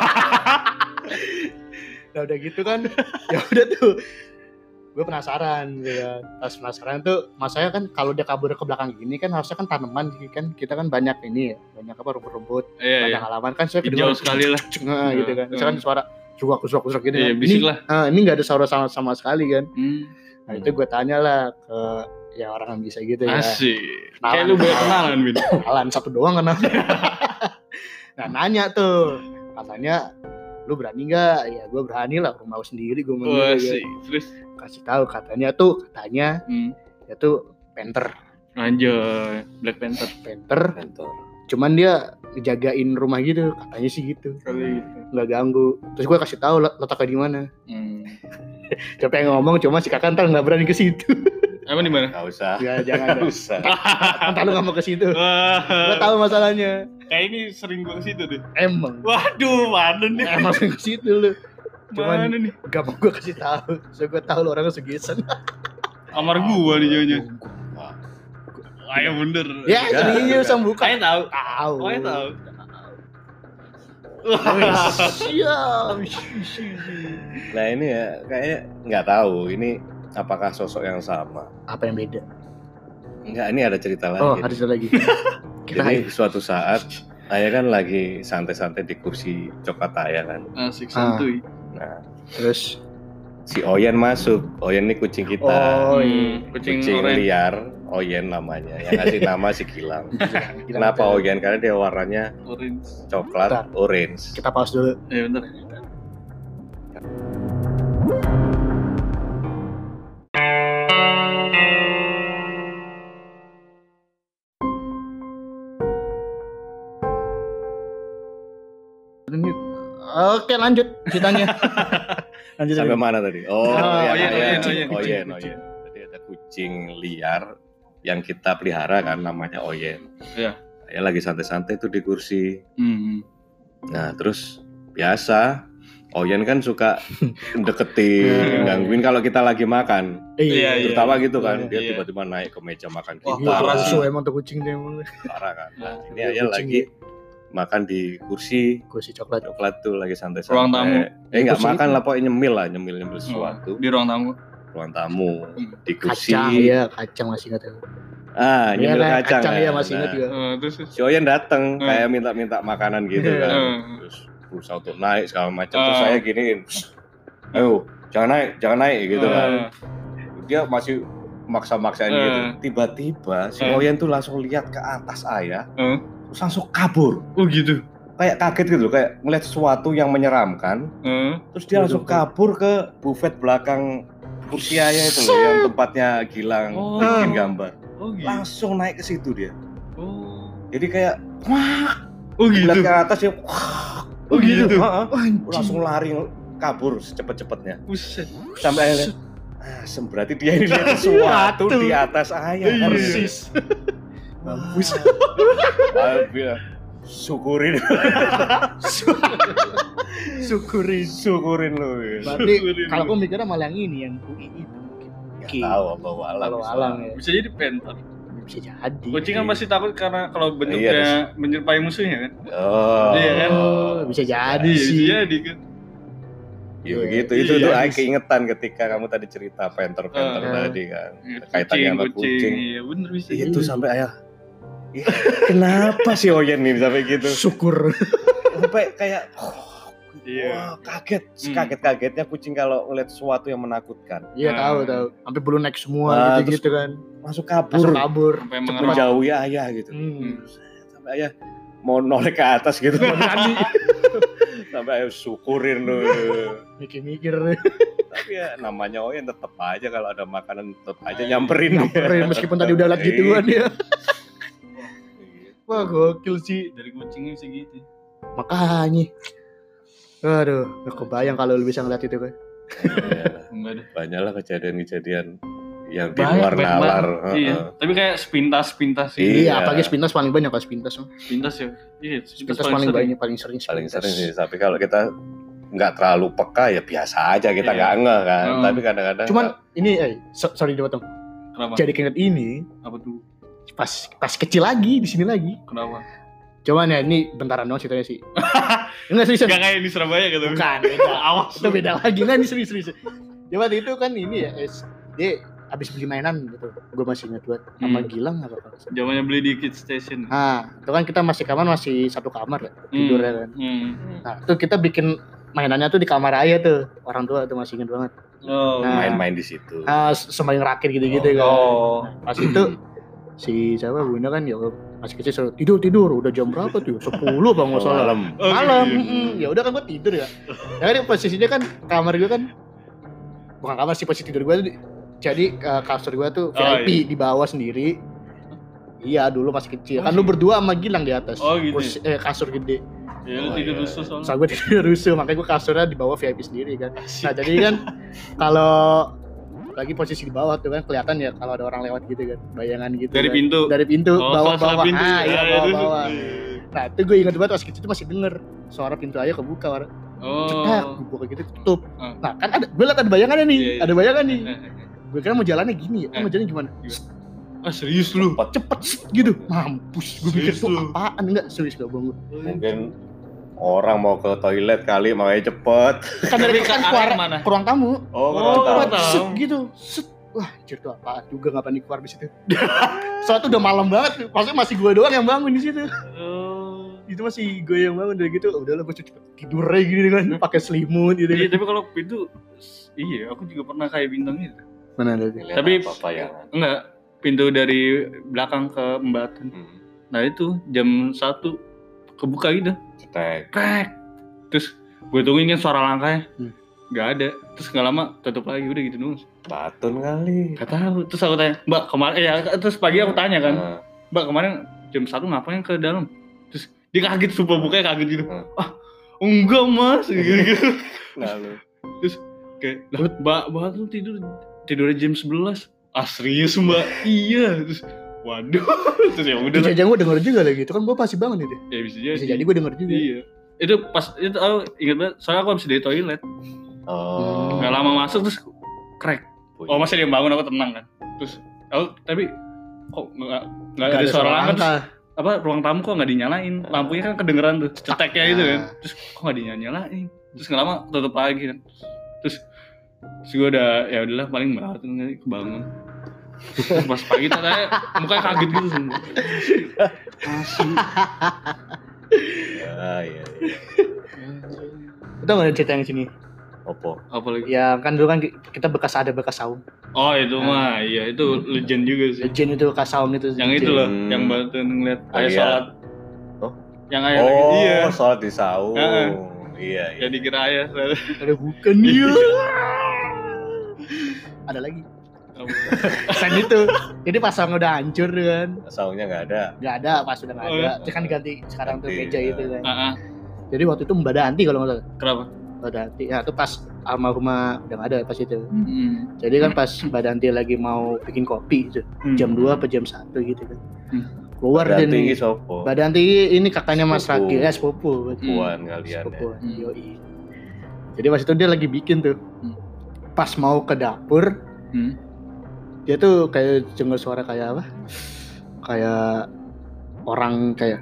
Nah udah gitu kan, ya udah tuh, gue penasaran, gitu kan. Pas penasaran tuh, masanya kan kalau dia kabur ke belakang gini kan harusnya kan tanaman kan, kita kan banyak ini ya, banyak apa rumput-rumput, Iya, banyak iya. halaman kan, saya Hijau sekali lah. nah, gitu kan, misalkan suara suak suak suak gitu Iya, kan. bisik Ini, lah. ah, ini nggak ada suara sama sama sekali kan. Hmm. Nah itu gue tanya lah ke ya orang yang bisa gitu ya. Asik. Kenalan. Kayak lu banyak kenalan, Bin. Kenalan satu doang kan. Nah nanya tuh, katanya lu berani nggak? Ya gue berani lah, rumah sendiri gue Oh, mengira asik. Terus kasih tahu katanya tuh katanya hmm. dia tuh painter Anjay, Black Panther. painter Kantor. cuman dia ngejagain rumah gitu katanya sih gitu Kali gitu. nggak ganggu terus gue kasih tahu let- letaknya di mana Hmm. siapa yang ngomong cuma si kakak ntar nggak berani ke situ Emang di mana? Nggak usah. ya jangan Nggak usah. ntar lu nggak mau ke situ gue Wah. tahu masalahnya Kayak ini sering gua ke situ deh. emang Waduh, mana nih? emang sering ke situ lu cuman Mana nih? gak mau gue kasih tahu so gue tahu lu orangnya segisen Kamar gua nih jauhnya. Wah, Ayo bener. ya serius sama buka Ayo tahu. tahu Oh, ayo tahu. siap Nah ini ya kayaknya nggak tahu ini apakah sosok yang sama. apa yang beda Enggak, ini ada cerita lagi. oh ada cerita lagi kita Jadi suatu saat ayah kan lagi santai-santai di kursi coklat ayah kan. Asik santuy. Nah terus si Oyen masuk. Oyen ini kucing kita. Oh, Hmm, kucing, kucing orange. liar. Oyen namanya. Yang ngasih nama si Gilang. Gila, Kenapa betul. Oyen? Karena dia warnanya Orange. coklat, Bentar. orange. Kita pause dulu. Ya bentar. Oke lanjut ceritanya. lanjut Sampai lagi. mana tadi? Oh, Oh, ya, Oyen, ya, Oyen, kucing, Oyen, Oyen, kucing, Oyen. kucing liar yang kita pelihara kan, namanya Oyen. Iya. Saya lagi santai-santai tuh di kursi. Hmm. Nah terus biasa Oyen kan suka deketin, gangguin kalau kita lagi makan. Iya, iya. Terutama gitu kan, dia Iya. tiba-tiba naik ke meja makan Wah, kita. parah Rusuh emang tuh kucing dia emang. Parah kan. Nah, ini Iya, Ayah kucing lagi makan di kursi Kursi coklat. coklat tuh lagi santai-santai. Ruang tamu. Eh nggak Kursi makan itu. lah, pokoknya nyemil lah, nyemil-nyemil sesuatu. Di ruang tamu. Ruang tamu di kursi. Kacang ya, kacang masih ingat ya. Ah, Iya nyemil kan, kacang. kacang kan. ya masih ingat Nah, juga. Eh, terus terus. Si Oyen dateng Hmm. kayak minta-minta makanan gitu kan. Hmm. Terus berusaha untuk naik segala macam. Terus Hmm. saya giniin, ayo jangan naik, jangan naik gitu Eh, kan. Dia masih maksa-maksain Hmm. gitu. Tiba-tiba si Hmm. Oyen tuh langsung lihat ke atas Ayah, eh. terus langsung kabur. Oh gitu. Kayak kaget gitu loh, kayak ngeliat sesuatu yang menyeramkan. Eh. Terus dia langsung kabur ke buffet belakang kursi Ayah itu loh, yang tempatnya Gilang Oh. bikin gambar. Oh gitu. Langsung naik ke situ dia. Oh. Jadi kayak wah, Oh gitu. lihat ke atas ya. Wah, Oh gitu. Heeh. Anjing. Langsung lari kabur secepat-cepatnya. Buset. Sampai Ayah lihat, ah, sem- berarti dia ini lihat sesuatu Batu. di atas Ayah. Iya. kan. Persis. Mampus. Ayah bilang, syukurin, Syukurin. syukurin lu. Berarti kalau aku mikirnya malah yang ini yang kui itu mungkin. Nggak Ki. tahu Allah alam. Kalau alam ya. Bisa jadi panther. Bisa jadi. Kucing kan pasti takut karena kalau Iya, bentuknya menyerupai musuhnya kan. Oh. Iya kan? Oh, bisa jadi Iya, sih. bisa jadi kan. Ya begitu, Iya, itu iya, tuh iya. Ay keingetan ketika kamu tadi cerita panther-panther Uh. tadi kan. Iya, Kaitannya sama kucing. Iya, bener bisa. Itu Iya. sampai Ayah, "Ih, kenapa sih Oyen nih sampai gitu? Syukur. Sampai kayak oh, Iya. wah, kaget, Hmm. sekaget-kagetnya kucing kalau ngeliat sesuatu yang menakutkan. Iya Ah. tahu tahu. Sampai bulu naik semua Ah, gitu-gitu kan. Langsung Langsung kabur, kabur. Sampai Cepet mengeram. menjauhi Ayah gitu. Hmm. Sampai Ayah mau noleh ke atas gitu. Berani. Sampai Ayah syukurin lu. Mikir-mikir. Tapi ya namanya Oyen tetep aja kalau ada makanan tetep aja nyamperin. Nyamperin meskipun tadi udah liat gituan ya. Wah gokil sih. Dari kucingnya bisa gitu. Makanya. Aduh, gak kebayang kalau lu bisa ngeliat itu kan. Iya. Enggak ada. Banyak lah kejadian-kejadian yang di Banyak, luar banyak nalar. banget. Iya. Heeh. Tapi kayak sepintas-sepintas sih. Iya. Iya, apalagi sepintas paling banyak kalau sepintas. Sepintas ya. Iya, Sepintas paling sering. banyak, paling sering Paling sepintas. sering sih, tapi kalau kita nggak terlalu peka ya biasa aja, kita Iya. nggak ngeh kan. Hmm. Tapi kadang-kadang Cuman ini, eh, so- sorry dipotong. Kenapa? Jadi keinget ini Apa tuh? pas pas kecil lagi di sini lagi. Kenapa? Cuman ya ini bentaran doang ceritanya sih. Enggak serius. Gak kayak di Surabaya gitu. Bukan, beda. Awas. Itu beda lagi. Enggak, ini serius serius. Ya waktu itu kan ini ya S D habis beli mainan gitu. Gue masih ingat buat sama Hmm. Gilang apa apa. Zamannya beli di Kids Station. Nah, itu kan kita masih kamar masih satu kamar ya, tidur ya kan. Hmm. Nah, itu kita bikin mainannya tuh di kamar ayah tuh. Orang tua tuh masih ingat banget. Oh. Nah, main-main di situ. Ah, sembari ngerakit gitu-gitu kan. Oh. Nah, pas itu si siapa Bunda kan ya masih kecil suruh tidur tidur udah jam berapa tuh sepuluh bang nggak salah malam. Oh, malam gitu. mm, ya udah kan gue tidur ya ya kan posisinya kan kamar gue kan bukan kamar sih posisi tidur gue tuh di- jadi uh, kasur gue tuh V I P iya. di bawah sendiri iya dulu masih kecil Oh, kan lu iya. berdua sama Gilang di atas Oh, gitu. Posisi- eh, kasur gede Ya lu Oh, tidur iya. rusuh soalnya. soalnya gue tidur rusuh makanya gue kasurnya di bawah V I P sendiri kan nah jadi kan kalau lagi posisi di bawah tuh kan kelihatan ya kalau ada orang lewat gitu kan bayangan gitu Dari kan. pintu. dari pintu Oh, bawah salah bawah pintu. ah iya Ah, bawah terus- bawah nah itu gue ingat banget pas kecil itu masih denger suara pintu ayah kebuka war cetak Oh. gue kayak gitu tutup Ah. nah kan ada gue liat ada bayangannya nih Iya, iya. ada bayangan nih Eh, gue kira mau jalannya gini ya kan Eh. mau jalannya gimana Ah serius lu? Cepet. cepet set, gitu mampus gue pikir Serius tuh lu? apaan enggak serius gak bohong gue. Mungkin orang mau ke toilet kali makanya cepet. kan dari Tapi kan ke keluar arah mana? ke ruang tamu Oh, Oh, kurang tahu. kurang Cepet, tahu. set gitu set wah anjir tuh apaan juga gak panik keluar di situ soalnya tuh udah malam banget maksudnya masih gue doang yang bangun di situ Oh. itu masih gue yang bangun dari gitu udah lah gue cepet tidur aja gini kan pakai selimut gitu Iya kan tapi kalau pintu, iya aku juga pernah kayak bintang itu. mana ada Lihat Tapi- apa ya. Enggak, pintu dari belakang ke Mbatan. Hmm. Nah itu jam satu kebuka gitu, Cetek. krek. Terus gue tungguin kan suara langkahnya, Hmm. nggak ada. Terus nggak lama tutup lagi, udah gitu doang. Batun kali. Gak tahu. Terus aku tanya, Mbak kemarin, ya terus pagi aku tanya kan, Nah, Mbak kemarin jam satu ngapain ke dalam? Terus dia kaget, sumpah bukanya kaget gitu. Hmm. Ah enggak mas, gitu-gitu. nah, lu. Kayak, lah Mbak, Mbak tuh tidur tidurnya jam sebelas. Ah serius mbak? Iya. Terus waduh. Terus ya udah. Itu jangan gue denger juga lagi. Itu kan gue pasti banget itu. Ya bisa jadi. Bisa jadi gue denger juga. Iya. Itu pas itu aku ingat banget. Soalnya aku habis dari toilet. Oh. Gak lama masuk terus crack. Oh masih dia bangun aku tenang kan. Terus aku tapi kok nggak nggak ada suara langkah. Terus, apa ruang tamu kok nggak dinyalain? Lampunya kan kedengeran tuh ceteknya itu kan. Terus kok nggak dinyalain? Terus nggak lama tutup lagi kan. Terus terus gue udah ya udahlah paling banget kebangun. Terus pas pagi tanya mukanya kaget gitu semua. Asli. Ya, iya, iya. Itu nggak ada cerita yang sini. Opo. Apa lagi? Ya kan dulu kan kita bekas ada bekas saung. Oh itu mah, iya itu legend juga sih. Legend itu bekas saung itu. Yang itu loh, hmm. yang bantu ngeliat oh, ayah iya. sholat. Oh? Yang ayah oh, lagi, iya. sholat di saung. Uh-uh. Iya, iya. Jadi kira ayah. Ada bukan dia. Ada lagi. Selain itu, jadi pas saung udah hancur kan. Saungnya nggak ada. Nggak ada, pas udah nggak ada. Terus kan diganti sekarang tuh meja itu kan. Uh-uh. Jadi waktu itu Mbak Danti kalau nggak salah. Kenapa? Mbak Danti, ya itu pas almarhumah udah nggak ada pas itu. Hmm. Jadi kan pas Mbak Danti lagi mau bikin kopi itu, Hmm. jam dua atau jam satu gitu kan. Hmm. Keluar deh nih. Sopo. Mbak Danti ini kakaknya Mas Sepupu. Raki, ya sepupu. Puan kalian ya. Sepupuan, Hmm. yoi. Jadi pas itu dia lagi bikin tuh. Hmm. Pas mau ke dapur, Hmm. dia tuh kayak dengar suara kayak apa? Kayak orang kayak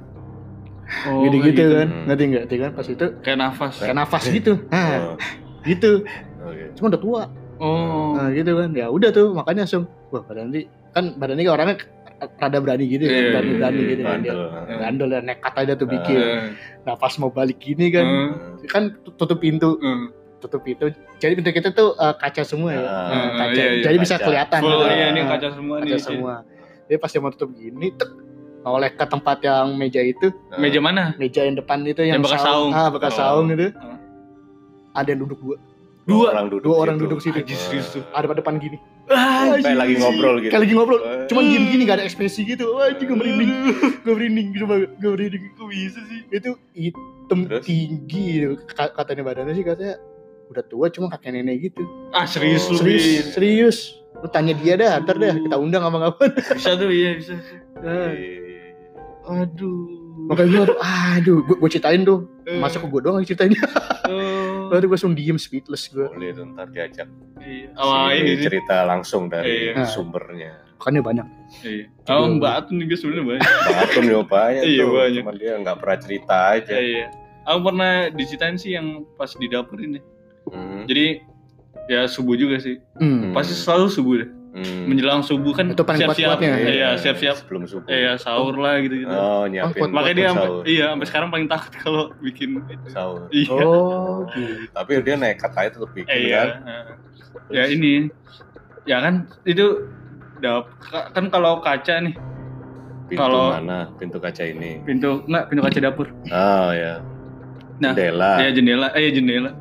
Oh, gitu-gitu gitu. kan, Hmm. ngerti nggak? Kan pas itu Kayak nafas. kayak nafas gitu, nah Oh, gitu. oke. Cuma udah tua, Oh. nah gitu kan. Ya udah tuh makanya langsung, wah Mbak Danti kan Mbak Danti kan orangnya rada berani gitu, Iya, kan, berani-berani iya, gitu kan dia. Bandel. Bandel dan nekat aja tuh bikin. Eh. Nah pas mau balik gini kan, Hmm. kan tutup pintu, Hmm. tutup pintu. Jadi pintu kita tuh uh, kaca semua ya, Ah, Nah, kaca. iya, iya, Jadi bisa kaca. kelihatan. Full gitu. iya ini Nah, kaca semua kaca nih. semua. Jadi pas dia mau tutup gini, tek, oleh ke tempat yang meja itu, Meja mana? meja yang depan itu yang, Yang bekas saung. ah bekas Oh. saung itu, Oh. ada yang duduk dua, Dua. orang duduk dua orang situ. duduk situ. Anjir, serius tuh. Ada pada depan gini, Kayak lagi ngobrol gitu. kayak lagi ngobrol, Eh. cuman diem gini gak ada ekspresi gitu. Wah itu gue merinding, gue merinding gitu banget, gue merinding. Kok bisa sih? Itu hitam Terus? tinggi, Ka- katanya badannya sih katanya udah tua cuma kakek nenek gitu. Ah serius Oh, lu, Bin. Serius, serius. Lu tanya dia dah, ntar dah kita undang sama kapan. Bisa tuh, iya bisa. Nah, Iya. Aduh. makanya gue, aduh, aduh, gue, gue ceritain tuh. Eh. Masa kok gue doang yang ceritain? Oh. Lalu gue langsung diem speechless gue. Boleh tuh ntar diajak Iya. Oh, si ini sih. cerita langsung dari Iya. sumbernya. Makanya banyak. Iya. Oh, Mbak Atun juga sebenarnya banyak. Bakun ya banyak Iya, tuh, banyak. cuman dia nggak pernah cerita aja. Iya. Aku pernah diceritain sih yang pas di dapur ini. Hmm. Jadi ya subuh juga sih. Hmm. Pasti selalu subuh deh. Hmm. Menjelang subuh kan Itu paling siap-siap. kuat-kuatnya. Iya, siap-siap. Sebelum subuh. Iya, sahur lah gitu-gitu. Oh, nyiapin. Oh, Makanya dia sampai sahur. iya sampai sekarang paling takut kalau bikin itu. Sahur. Iya. Oh, gitu. Tapi dia nekat aja tetap bikin Eh, kan. iya. Ya ini. Ya kan itu dap kan kalau kaca nih, Pintu kalau- mana? Pintu kaca ini. pintu enggak pintu kaca dapur. Oh ya. Nah, Jendela. ya jendela, eh jendela.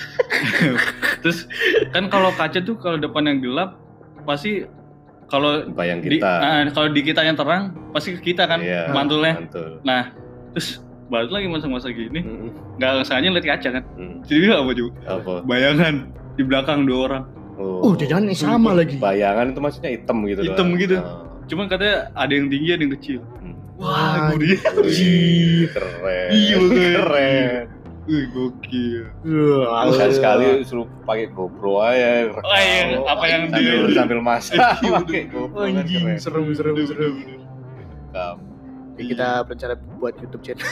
Terus kan kalau kaca tuh kalau depannya gelap pasti kalau Bayang di kita. nah, kalau di kita yang terang pasti ke kita kan Iya, mantulnya. mantul. Nah, terus balik lagi masa-masa gini Hmm, nggak sengaja lihat kaca kan. hmm. Jadi apa juga? Apa? Bayangan di belakang dua orang. Oh, jangan yang sama lagi. Bayangan itu maksudnya hitam gitu. Hitam doang. gitu. Oh. Cuman katanya ada yang tinggi ada yang kecil. Hmm. Wah, gurih. Wih, keren. Iya, makanya. Keren. Wih, gokil. Wah, Sekali sekali suruh pakai GoPro aja. Oh iya, apa yang di sambil sambil masak Iya, pakai GoPro kan anjing, keren. serem serem serem. Kam. Jadi kita berencana buat YouTube channel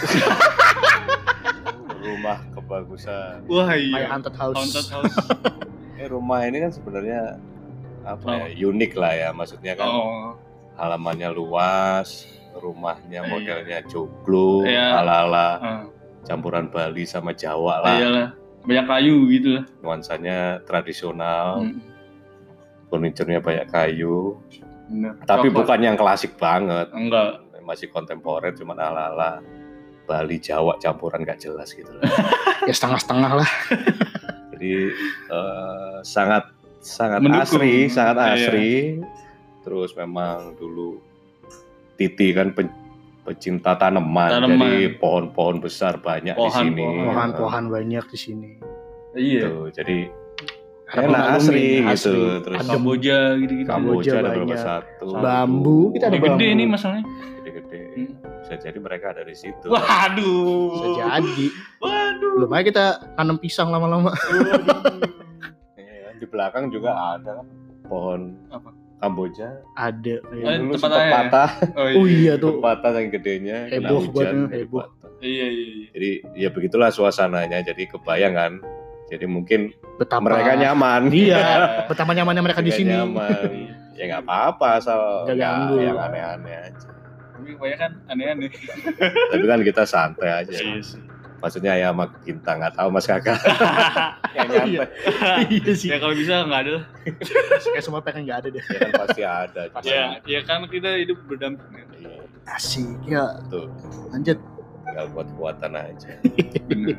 Rumah kebagusan. Wah, My iya. Haunted House. Haunted House. Eh, rumah ini kan sebenarnya apa Oh. ya, unik lah ya, maksudnya kan Oh. halamannya luas, rumahnya Iya. modelnya joglo, Iya. ala-ala Ah, campuran Bali sama Jawa lah, iyalah. Banyak kayu gitu lah. nuansanya tradisional, Hmm, furniturnya banyak kayu, bener. tapi Coklat. bukan yang klasik banget, Enggak. masih kontemporer, cuman ala-ala Bali Jawa campuran gak jelas gitu lah. Ya setengah-setengah lah. Jadi eh, sangat sangat Mendukung. asri, sangat Iya. asri. Terus memang dulu Titi kan pen- pecinta tanaman, Tanaman. jadi pohon-pohon besar banyak di Pohon, sini. pohon. Pohon-pohon banyak di sini. Iya. Tuh, jadi enak asri Maklumin, gitu. asri. Terus Adem. Kamboja gitu-gitu. Kamboja ada berapa banyak. satu? Bambu, kita ada Gede-gede bambu. nih masalahnya. Gede-gede. Hmm. Bisa jadi mereka dari situ. Waduh. Bisa jadi. Waduh. Belum aja kita tanam pisang lama-lama. Iya, di belakang juga ada kan pohon Apa? Kamboja. Ada. Eh, Ya. Dulu tempat sempat ayah ya? patah, Oh iya tuh. patah yang gedenya kena Heboh hujan, banget, jadi heboh. patah. Iya iya iya. Jadi ya begitulah suasananya. Jadi kebayang kan. Jadi mungkin Betapa mereka nyaman. Iya, betapa nyamannya mereka di Mereka sini. nyaman. Ya nggak apa-apa asal Nggak nggak ganggu. yang aneh-aneh aja. Tapi kebanyakan aneh-aneh. Tapi kan kita santai aja. Iya sih. Maksudnya ya sama kita nggak tahu Mas Kakak. Yang Oh, iya. nyantai. Iya sih. Ya kalau bisa nggak ada. Kayak semua pengen nggak ada deh. Ya kan pasti ada. Cuma- Ya, ya kan kita hidup berdampingan. Iya, Asik ya. tuh. Lanjut. Tinggal buat kekuatan aja. Bener.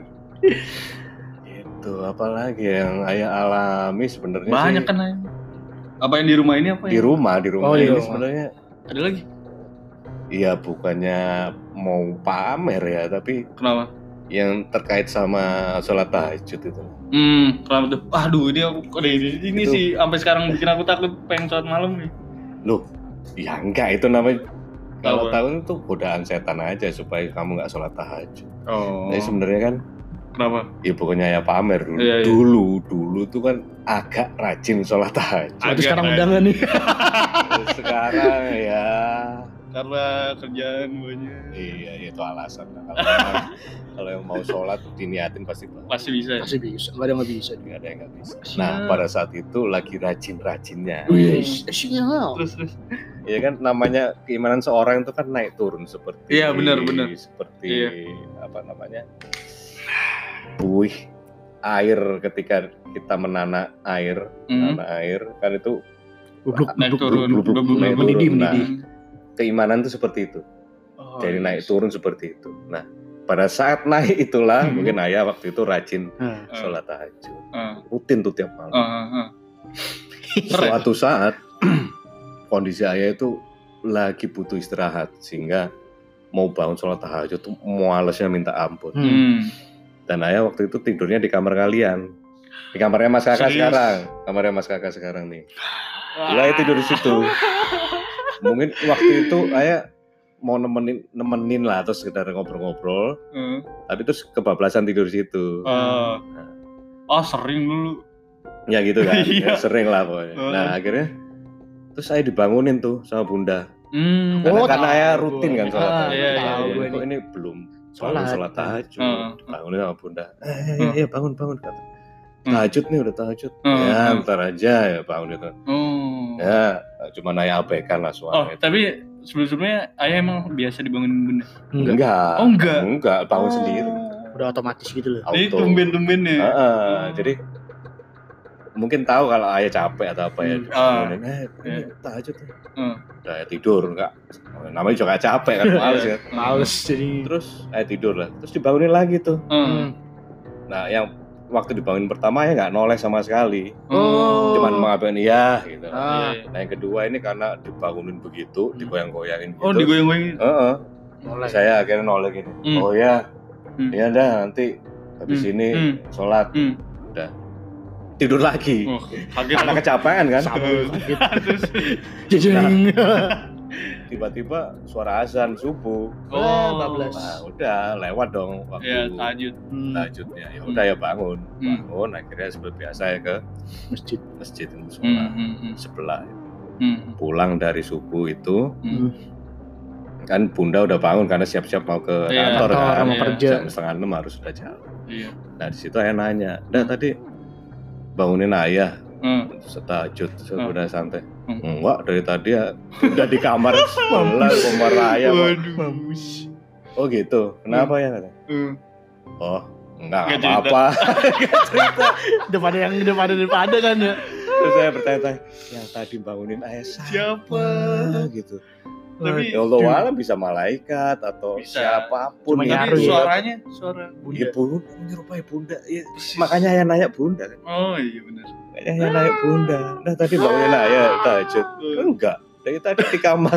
Itu apalagi yang ayah alami sebenarnya Banyak sih. kan Ayah. Apa yang di rumah ini apa Di ya? rumah, di rumah Oh, di ini rumah. sebenarnya Ada lagi? iya bukannya mau pamer ya, tapi Kenapa? yang terkait sama sholat tahajud itu. Hmm, kenapa tuh? Aduh, ini aku kode ini, ini Itu. sih sampai sekarang bikin aku takut pengen sholat malam nih. Loh, ya enggak itu namanya kalau Apa? tahu itu godaan setan aja supaya kamu nggak sholat tahajud. Oh. Jadi sebenarnya kan Kenapa? ya pokoknya ya pamer dulu. Iya, iya. Dulu dulu tuh kan agak rajin sholat tahajud. Agak Berarti sekarang lah. udah nggak nih? Terus sekarang ya Karena kerjaan banyak. iya itu alasan. Kalau yang- kalau yang mau sholat diniatin pasti Pasti bisa ya. Masih bisa. Nggak ada nggak bisa. nggak ada yang nggak bisa. Siap. Nah pada saat itu lagi rajin-rajinnya. Wih, sinyal. Terus terus. Ya kan namanya keimanan seorang itu kan naik turun seperti Iya, benar, benar. seperti Iya. apa namanya buih air ketika kita menanam air Hmm. menanam air kan itu Bubluk, Naik bubluk, turun. blub, blub, Blub, blub, naik blub. mendidih, turun. Nah, mendidih. keimanan itu seperti itu Oh, jadi yes. naik turun seperti itu. Nah pada saat naik itulah Hmm. mungkin ayah waktu itu rajin Nah, Ah, sholat tahajud ah, rutin tuh tiap malam. ah, ah, ah. Suatu saat kondisi ayah itu lagi butuh istirahat sehingga mau bangun sholat tahajud tuh mualesnya minta ampun. Hmm. Hmm. Dan ayah waktu itu tidurnya di kamar kalian, di kamarnya Mas Kakak Serius? sekarang, kamarnya Mas Kakak sekarang nih. Lah ayah tidur di situ. Mungkin waktu itu ayah mau nemenin nemenin lah terus sekedar ngobrol-ngobrol, Hmm. tapi terus kebablasan tidur di situ. Ah. Oh sering dulu. Ya gitu kan, Iya. ya, sering lah pokoknya. Heeh. Nah akhirnya terus saya dibangunin tuh sama bunda. Hmm. Karena, Oh, karena tahu ayah gue. rutin kan sholat Ah, tahajud. iya, iya, tahu iya. gue Kok nih. ini belum Sholat. bangun sholat tahajud. Heeh. Bangunin sama bunda. Eh, Heeh. iya, iya bangun bangun kata. Hmm. Tahajud nih udah tahajud. Heeh, Ya heeh. ntar aja ya bangun itu. Oh. Ya cuma ayah abaikan lah Oh, suara itu. tapi sebelum-sebelumnya ayah emang biasa dibangunin bunda. Enggak. Enggak. Oh, enggak? Enggak, bangun Oh. sendiri. Udah otomatis gitu loh. Jadi Auto. tumben-tumben ya. Heeh, Oh. jadi mungkin tahu kalau ayah capek atau apa ya. Hmm. Ah. Bangunin, eh, ini Iya. tahajud. Heeh. Udah ya tidur enggak. Namanya juga capek kan, males kan. Males jadi. Terus ayah tidur lah. Terus dibangunin lagi tuh. Heeh. Nah, yang waktu dibangunin pertama ya nggak noleh sama sekali. Oh. Cuman mengabaikan iya gitu. Ah. Iya. Nah, yang kedua ini karena dibangunin begitu, digoyang-goyangin gitu. Oh, digoyang-goyangin. Heeh. Mulai. Saya akhirnya noleh gini. Hmm. Oh ya, Hmm. ya dah nanti habis Hmm. ini Hmm. sholat Hmm. tidur lagi. Oh, kaget Karena aku. kecapean kan. Sama kaget. Terus. Jejeng. Tiba-tiba suara azan subuh. Oh. bablas. Nah, udah lewat dong Ya, waktu tahajud. Hmm, tahajudnya. Ya udah ya bangun. Hmm. Bangun akhirnya seperti biasa ya ke masjid. masjid itu Hmm. sebelah. Hmm. hmm, sebelah. Hmm. Pulang dari subuh itu Hmm. kan bunda udah bangun karena siap-siap mau ke Iya, kantor kantor, kan. mau Iya. kerja. Jam setengah enam harus sudah jalan. Iya. Nah di situ ayah nanya, dah tadi bangunin ayah Hmm. setajud Hmm. udah santai. Hmm. Enggak dari tadi ya udah di kamar sebelah kamar ayah. Kok. Waduh. Mampus. Oh gitu, kenapa ya katanya? Hmm. Oh enggak Nggak apa-apa. Daripada yang daripada daripada kan ya. Terus saya bertanya-tanya, yang tadi bangunin ayah Siapa? gitu. Tapi Ya Allah alam bisa malaikat atau Bisa. siapapun Cuma yang nyaru tapi ya. suaranya suara Iya bunda. bunda, menyerupai bunda. Ya, makanya ayah nanya bunda kan. Oh iya benar. Makanya ayah nanya bunda. Nah tadi bangunin ayah tahajud. Enggak, dari tadi di kamar.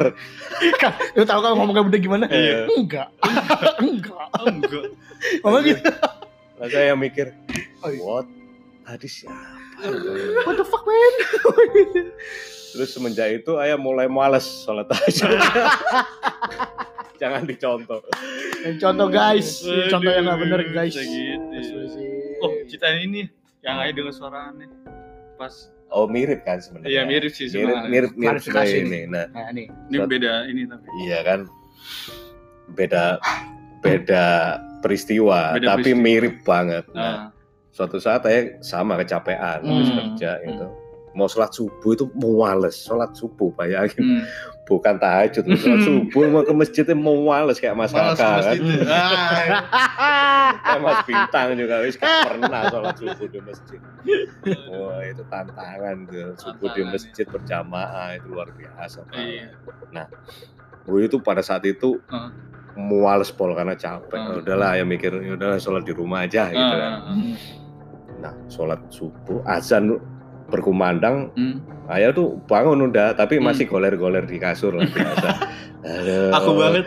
Lu tahu kan ngomong kayak bunda gimana? Iya. Enggak. Enggak. Oh, enggak. Ngomong gitu. Nah saya mikir, Oh, iya. what? Tadi siapa What the fuck man? Terus semenjak itu ayah mulai males sholat tahajud. Jangan dicontoh. Yang contoh guys, Aduh, contoh yang nggak bener guys. bisa gitu. Oh, ceritain ini yang ayah dengar suara aneh pas. Oh mirip kan sebenarnya. Iya mirip sih Mirip sebenarnya. mirip mirip Klarifikasi sebenarnya nih. ini. Nah, Nah nih, Ini beda ini tapi. iya kan. Beda beda peristiwa, Beda tapi peristiwa. mirip banget. Ah. Nah, suatu saat saya sama kecapean habis Hmm. kerja gitu. Mau sholat subuh itu mau males, sholat subuh bayangin. Hmm. Bukan tahajud, sholat subuh mau ke masjidnya mau males kayak Mas Malas Kakak malas kan. itu. Ah. Kayak Mas Bintang juga wis gak pernah sholat subuh di masjid. Wah itu tantangan tuh, subuh di Tantangan, masjid berjamaah itu luar biasa. Pak. Iya. Gue itu pada saat itu Heeh. muales pol karena capek. Ah. Udahlah ya mikir, ya udahlah sholat di rumah aja gitu kan. Ah, ah, ah. Nah sholat subuh azan berkumandang, Hmm. ayah tuh bangun udah, tapi Hmm. masih goler-goler di kasur lah biasa. Aduh. Aku banget.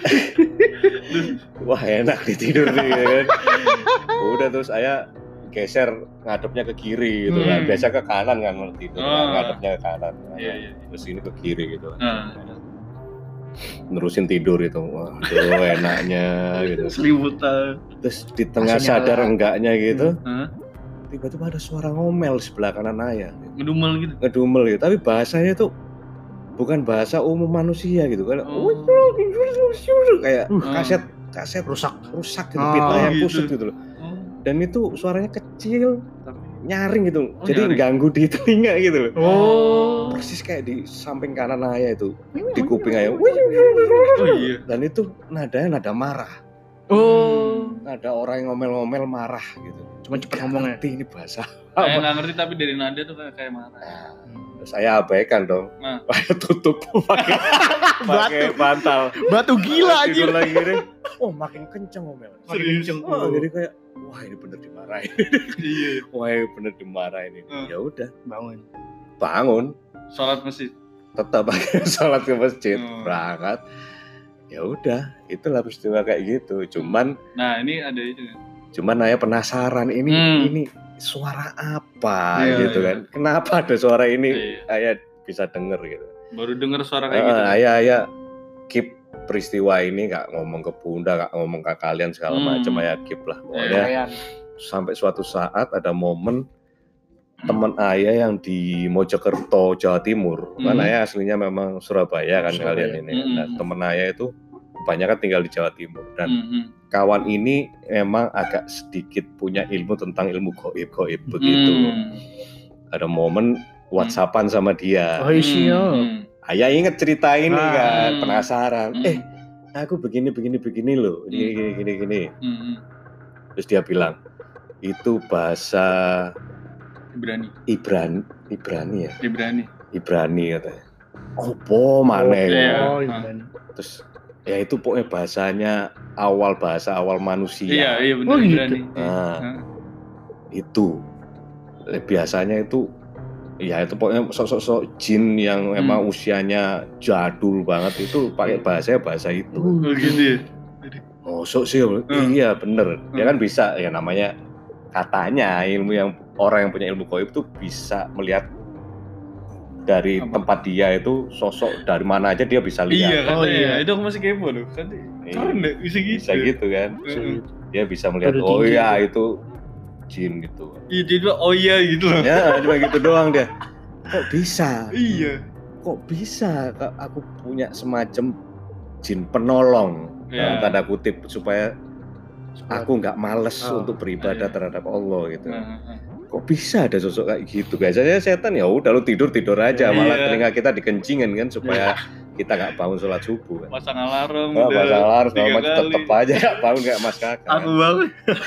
Wah enak ditidur nih ya kan. Udah terus ayah geser ngadepnya ke kiri gitu kan. Hmm. Biasa ke kanan kan kalau tidur kan, Oh. ngadepnya ke kanan. Iya, iya. Terus ini ke kiri gitu kan. Ah. Nerusin tidur itu. Wah, aduh enaknya gitu. Selimutan. Terus di tengah Masih sadar nyala. enggaknya gitu, Hah? tiba-tiba ada suara ngomel di sebelah kanan ayah. Ngedumel gitu. Ngedumel gitu, tapi bahasanya tuh bukan bahasa umum manusia gitu kan. Oh. Kayak Uh. kaset kaset rusak. rusak gitu, Oh, pita yang gitu. kusut gitu loh. Oh. Dan itu suaranya kecil, Tapi. nyaring gitu. Oh, Jadi nyaring. ganggu di telinga gitu loh. Oh. Persis kayak di samping kanan ayah itu, di kuping ayah. Oh iya. Dan itu nadanya nada marah. Oh. Nada orang yang ngomel-ngomel marah gitu. Cuma cepet Nggak ngomongnya. ngerti ini bahasa. Saya nggak ngerti tapi dari nada tuh kayak kayak marah. Nah, terus saya abaikan dong. Nah. Saya tutup pakai pakai bantal. Batu gila aja. Tidur lagi gini. Oh makin kenceng ngomel. Makin Serius? kenceng. Oh, jadi kayak wah ini bener dimarahin. Iya. Wah ini bener dimarahin ini. Hmm. Ya udah Bangun. bangun, Sholat masjid. tetap pakai sholat ke masjid, Hmm. berangkat. Ya udah, itulah peristiwa kayak gitu. Cuman Nah ini ada itu kan. cuman saya penasaran ini Hmm. ini suara apa Iya, gitu iya. kan. Kenapa ada suara ini? Iya. Saya bisa denger gitu. Baru dengar suara kayak Eh, gitu. ayah ayah keep peristiwa ini nggak ngomong ke bunda, nggak ngomong ke kalian segala Hmm. macam, ayah keep lah. Pokoknya Kalian. sampai suatu saat ada momen teman ayah yang di Mojokerto Jawa Timur, kan Hmm. ayah aslinya memang Surabaya kan Surabaya. kalian ini. Hmm. Nah teman ayah itu kebanyakan tinggal di Jawa Timur dan Hmm, hmm. kawan ini memang agak sedikit punya ilmu tentang ilmu goib-goib begitu. Hmm. Ada momen WhatsAppan sama dia. Oh iya. Hmm. Ayah inget cerita ini Ah. kan, penasaran. Hmm. Eh, aku begini begini begini loh, gini gini gini gini. Hmm, hmm. Terus dia bilang itu bahasa Ibrani. Ibrani, Ibrani ya, Ibrani. Ibrani katanya. Opo maneh. iya. Oh, Ah. iya. Terus ya itu pokoknya bahasanya awal bahasa awal manusia. Iya, iya benar Oh, gitu. Ibrani. Ah. Hah? Itu Eh, biasanya itu ya itu pokoknya sosok-sosok jin yang Hmm. emang usianya jadul banget itu pakai bahasanya bahasa itu. Oh gitu ya. Mosok sih, Hmm. iya bener. Ya Hmm. kan bisa, ya namanya katanya ilmu yang orang yang punya ilmu gaib itu bisa melihat dari Apa? tempat dia itu sosok dari mana aja dia bisa Iya lihat. katanya. Oh, iya. Itu aku masih kepo loh. Kan Iya. keren deh, bisa gitu. Bisa gitu kan. Heeh. Dia bisa melihat Udah oh tinggi iya itu. itu jin gitu. Iya, jadi dia, oh iya gitu loh. Ya cuma gitu doang dia. Kok bisa? Iya. Kok bisa Kak, aku punya semacam jin penolong dalam Iya. tanda kutip supaya aku nggak males Oh, untuk beribadah iya. terhadap Allah gitu. Nah, nah. Kok bisa ada sosok kayak gitu? Biasanya setan ya udah lu tidur tidur aja, malah Iya. telinga kita dikencingin kan supaya kita nggak bangun sholat subuh kan. Pasang alarm Oh, udah masalah harus tiga memang kali. tetep aja nggak bangun kayak Mas Kakak. Aku Kan. banget.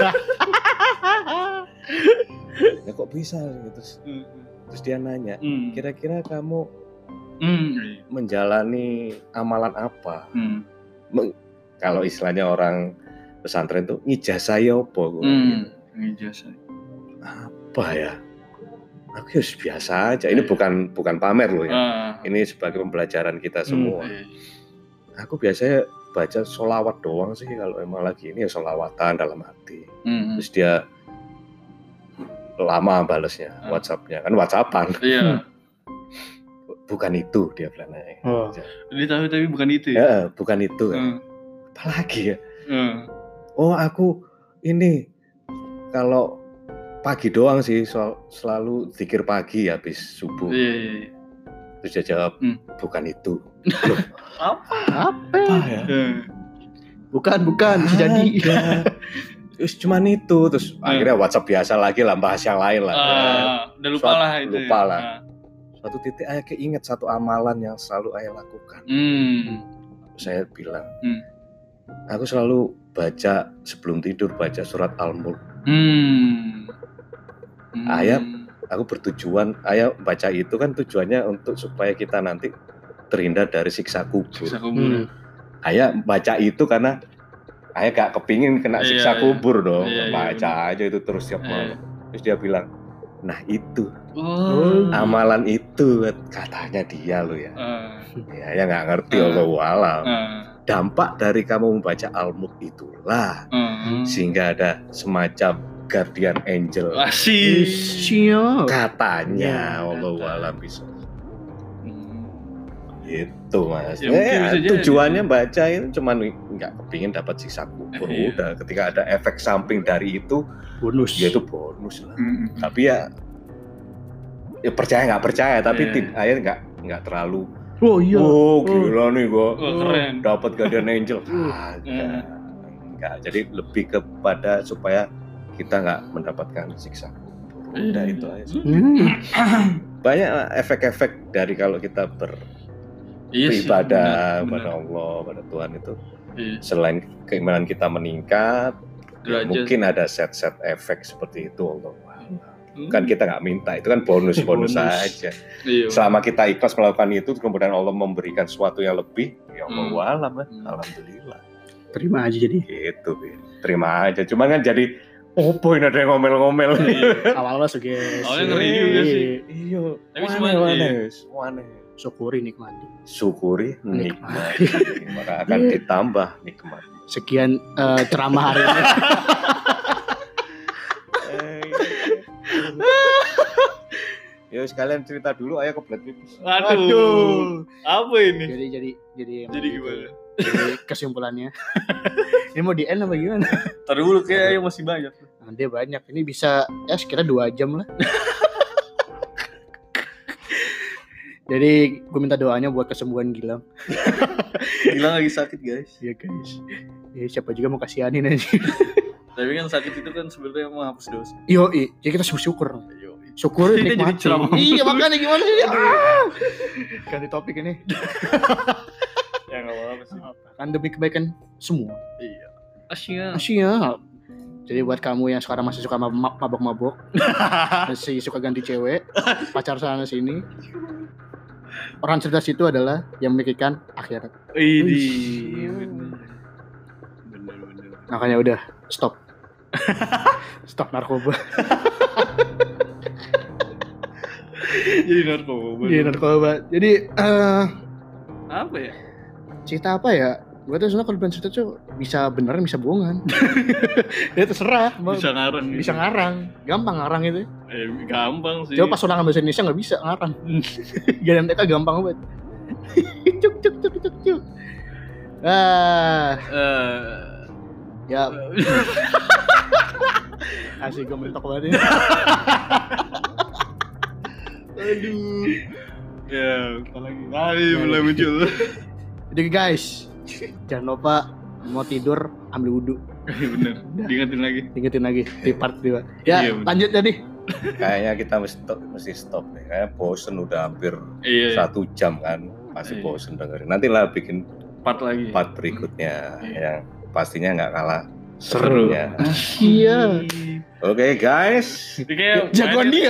Ya kok bisa gitu. Terus, Hmm. terus dia nanya, Hmm. kira-kira kamu Hmm. menjalani amalan apa? Hmm. Kalau istilahnya orang pesantren tuh ngijazah apa? Hmm. Ini jasa. Apa ya? Aku harus biasa aja. Ini bukan bukan pamer loh ya. Ah. Ini sebagai pembelajaran kita semua. Iya. Aku biasanya baca sholawat doang sih kalau emang lagi ini ya sholawatan dalam hati. Hmm. Terus dia lama balesnya Ah. WhatsApp-nya kan WhatsAppan. Iya. Bukan itu dia bilangnya. Oh. Dia tahu tapi bukan itu ya. Ya, bukan itu kan. Hmm. Apalagi ya? Hmm. Oh aku ini kalau pagi doang sih soal selalu zikir pagi habis subuh. Iya, iya, iya. Terus dia jawab Hmm. bukan itu. Apa? Apa? ya? Hmm. Bukan, bukan. Bisa jadi. Ada. Terus cuman itu terus Hmm. akhirnya WhatsApp biasa lagi lah bahas yang lain lah. Ah, udah lupa Suat- lah itu. lupa ya. lah. Ah. Suatu titik ayah keinget satu amalan yang selalu ayah lakukan. Hmm. Saya bilang, Hmm. aku selalu baca sebelum tidur baca surat Al-Mulk. Hmm. Hmm. Ayat. Aku bertujuan, ayah baca itu kan tujuannya untuk supaya kita nanti terhindar dari siksa kubur. Siksa kubur. Hmm. Ayah baca itu karena ayah gak kepingin kena Iya, siksa iya. kubur dong. Iya, iya, baca aja itu terus tiap Iya. malam. Terus dia bilang, nah itu Oh. amalan itu katanya dia lo ya. Ah. Ya, ya nggak ngerti Ah. Allahu alam. Ah. Dampak dari kamu membaca Al-Mulk itulah Ah. sehingga ada semacam guardian angel. Asih. Siap. Katanya Ya, Allahu kata. alam bisa. Hmm. Gitu mas. Ya, mungkin Eh, bisa jadi. tujuannya baca itu cuman nggak kepingin dapat siksa kubur. Iya. Udah ketika ada efek samping dari itu, Bonus. ya itu bonus lah. Hmm. Tapi ya, ya percaya nggak percaya, tapi Iya. tid- ayah nggak nggak terlalu. Oh iya. Oh gila nih gua Wah, keren. dapat guardian angel. Uh. Kagak. Enggak. Jadi lebih kepada supaya kita nggak mendapatkan siksa kubur. Udah itu aja sih. Hmm. Banyak efek-efek dari kalau kita ber Iya sih, beribadah benar, pada benar. Allah, pada Tuhan itu Iya. selain keimanan kita meningkat, ya Derajat. mungkin ada set-set efek seperti itu Allah. Hmm. Kan kita nggak minta, itu kan bonus-bonus Bonus. saja. Iya. Selama kita ikhlas melakukan itu, kemudian Allah memberikan sesuatu yang lebih, ya Allah Hmm. alam kan. Hmm. Alhamdulillah. Terima aja jadi. Gitu, Bin. Terima aja. Cuman kan jadi, oh poin ada yang ngomel-ngomel. Iya. Awal-awal suges. Awalnya ngeri juga sih. Iya. Tapi Wane, cuman- wane, iya. wane. Syukuri nikmati. Syukuri Nikmat. nikmat, maka akan ditambah nikmat. Sekian eh, ceramah hari ini. Ya sekalian cerita dulu, ayo kebelet pipis. Aduh. Apa ini? Jadi jadi jadi Jadi gimana? Jadi kesimpulannya. Ini mau di end apa gimana? Ntar dulu kayaknya masih banyak. Nah, dia banyak. Ini bisa ya sekira dua jam lah. Jadi gue minta doanya buat kesembuhan Gilang. Gilang lagi sakit guys. Iya guys. Ya, siapa juga mau kasihanin aja. Tapi kan sakit itu kan sebenarnya menghapus dosa. Yo, jadi kita bersyukur. Syukur Kita jadi nikmati. ceramah. Iya makanya gimana sih? Ah! Ganti topik ini. Ya nggak apa-apa sih. Kan demi kebaikan semua. Iya. Asyik. Siap. Jadi buat kamu yang sekarang masih suka mab- mabok-mabok, masih suka ganti cewek, pacar sana sini, orang cerdas itu adalah yang memikirkan akhirat. Idi. Bener. Bener bener. Makanya udah stop. Stop narkoba. Jadi narkoba. Jadi narkoba. Jadi eh Apa ya? cerita apa ya? Gue tuh sebenarnya kalau bukan cerita tuh bisa beneran bisa bohongan. Ya terserah. Mau- Bisa ngarang. bisa gitu. ngarang. Gampang ngarang itu. Eh, gampang sih. Coba pas ulangan bahasa Indonesia nggak bisa ngarang. Jadi M T K gampang banget. Cuk cuk cuk cuk cuk. Ah, Eh, ya asik gue mentok banget ini. Aduh. Ya, apa lagi? Aduh, mulai muncul. Jadi guys, jangan lupa mau tidur ambil wudhu. Bener. Diingetin lagi. Ingetin lagi di part dua. Ya, Iya, bener. lanjut jadi. Kayaknya kita mesti stop, mesti stop nih. Kayak bosen udah hampir Iya. satu jam kan, masih Iya. bosen dengerin. Nanti lah bikin Part lagi. part berikutnya Iya. yang pastinya nggak kalah Seru. serunya. Iya. Oke guys, Ini kayak Jagoan dia.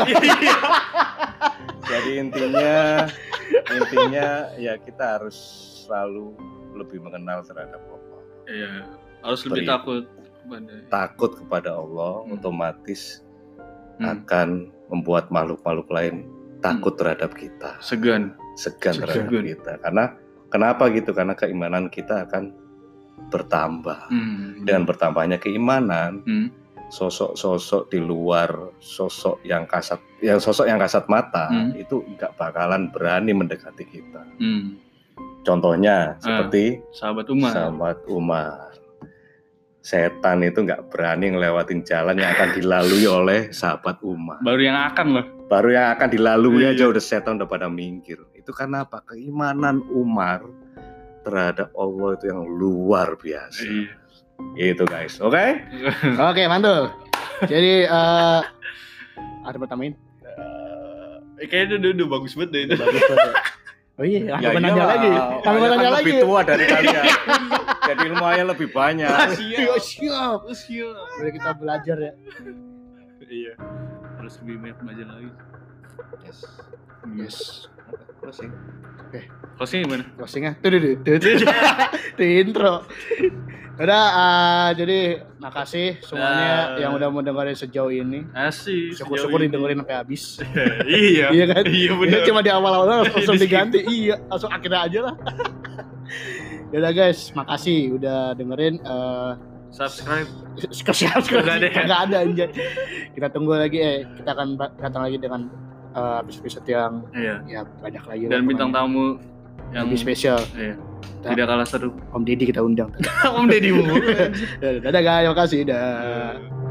jadi intinya intinya ya kita harus selalu lebih mengenal terhadap Allah. Iya. Harus lebih Beri. takut kepada. Takut kepada Allah Hmm. otomatis Hmm. akan membuat makhluk-makhluk lain takut terhadap kita, Segan. segan terhadap Segan. kita. Karena kenapa gitu? Karena keimanan kita akan bertambah. Hmm. Dengan bertambahnya keimanan, Hmm. sosok-sosok di luar sosok yang kasat, yang sosok yang kasat mata Hmm. itu nggak bakalan berani mendekati kita. Hmm. Contohnya seperti Sahabat Umar. sahabat Umar. Setan itu nggak berani ngelewatin jalan yang akan dilalui oleh sahabat Umar. Baru yang akan loh. Baru yang akan dilalui Iya. aja udah setan udah pada minggir. Itu karena apa? Keimanan Umar terhadap Allah itu yang luar biasa. Iya. Itu guys, oke? Oke, mantul. Jadi eh ada pertamain. Eh, kayaknya udah, udah bagus banget deh itu. Bagus banget. Oh iya, Ya aku nanya iyalah, lagi. Aku Ayah nanya kan lagi. lebih tua dari kalian. Jadi ilmu Ayah lebih banyak. Iya, siap. Siap. Boleh kita belajar ya. Iya. Harus lebih banyak belajar lagi. Yes. Yes. Closing. Closing gimana? Closingnya. Tuh, tuh, tuh, tuh, tuh. Di intro. Udah, eh, jadi makasih semuanya Dah. yang udah mau dengerin sejauh ini. Asik. Syukur-syukur didengerin sampai habis. Iya. Iya kan? Iya Ini benar. cuma di awal-awal langsung Di skip. diganti. Iya, langsung akhirnya aja lah. Yaudah guys, makasih udah dengerin. eh Subscribe. Sekarang sekarang Nggak ada ya? nggak ada anjir. Kita tunggu lagi, eh kita akan ba- datang lagi dengan eh, episode yang Iya. ya banyak lagi. Dan lah bintang pokoknya. tamu yang Lebih spesial. Iya. Tidak kalah seru. Om Deddy kita undang. Om Deddy mulu. Dadah guys, makasih. Dah.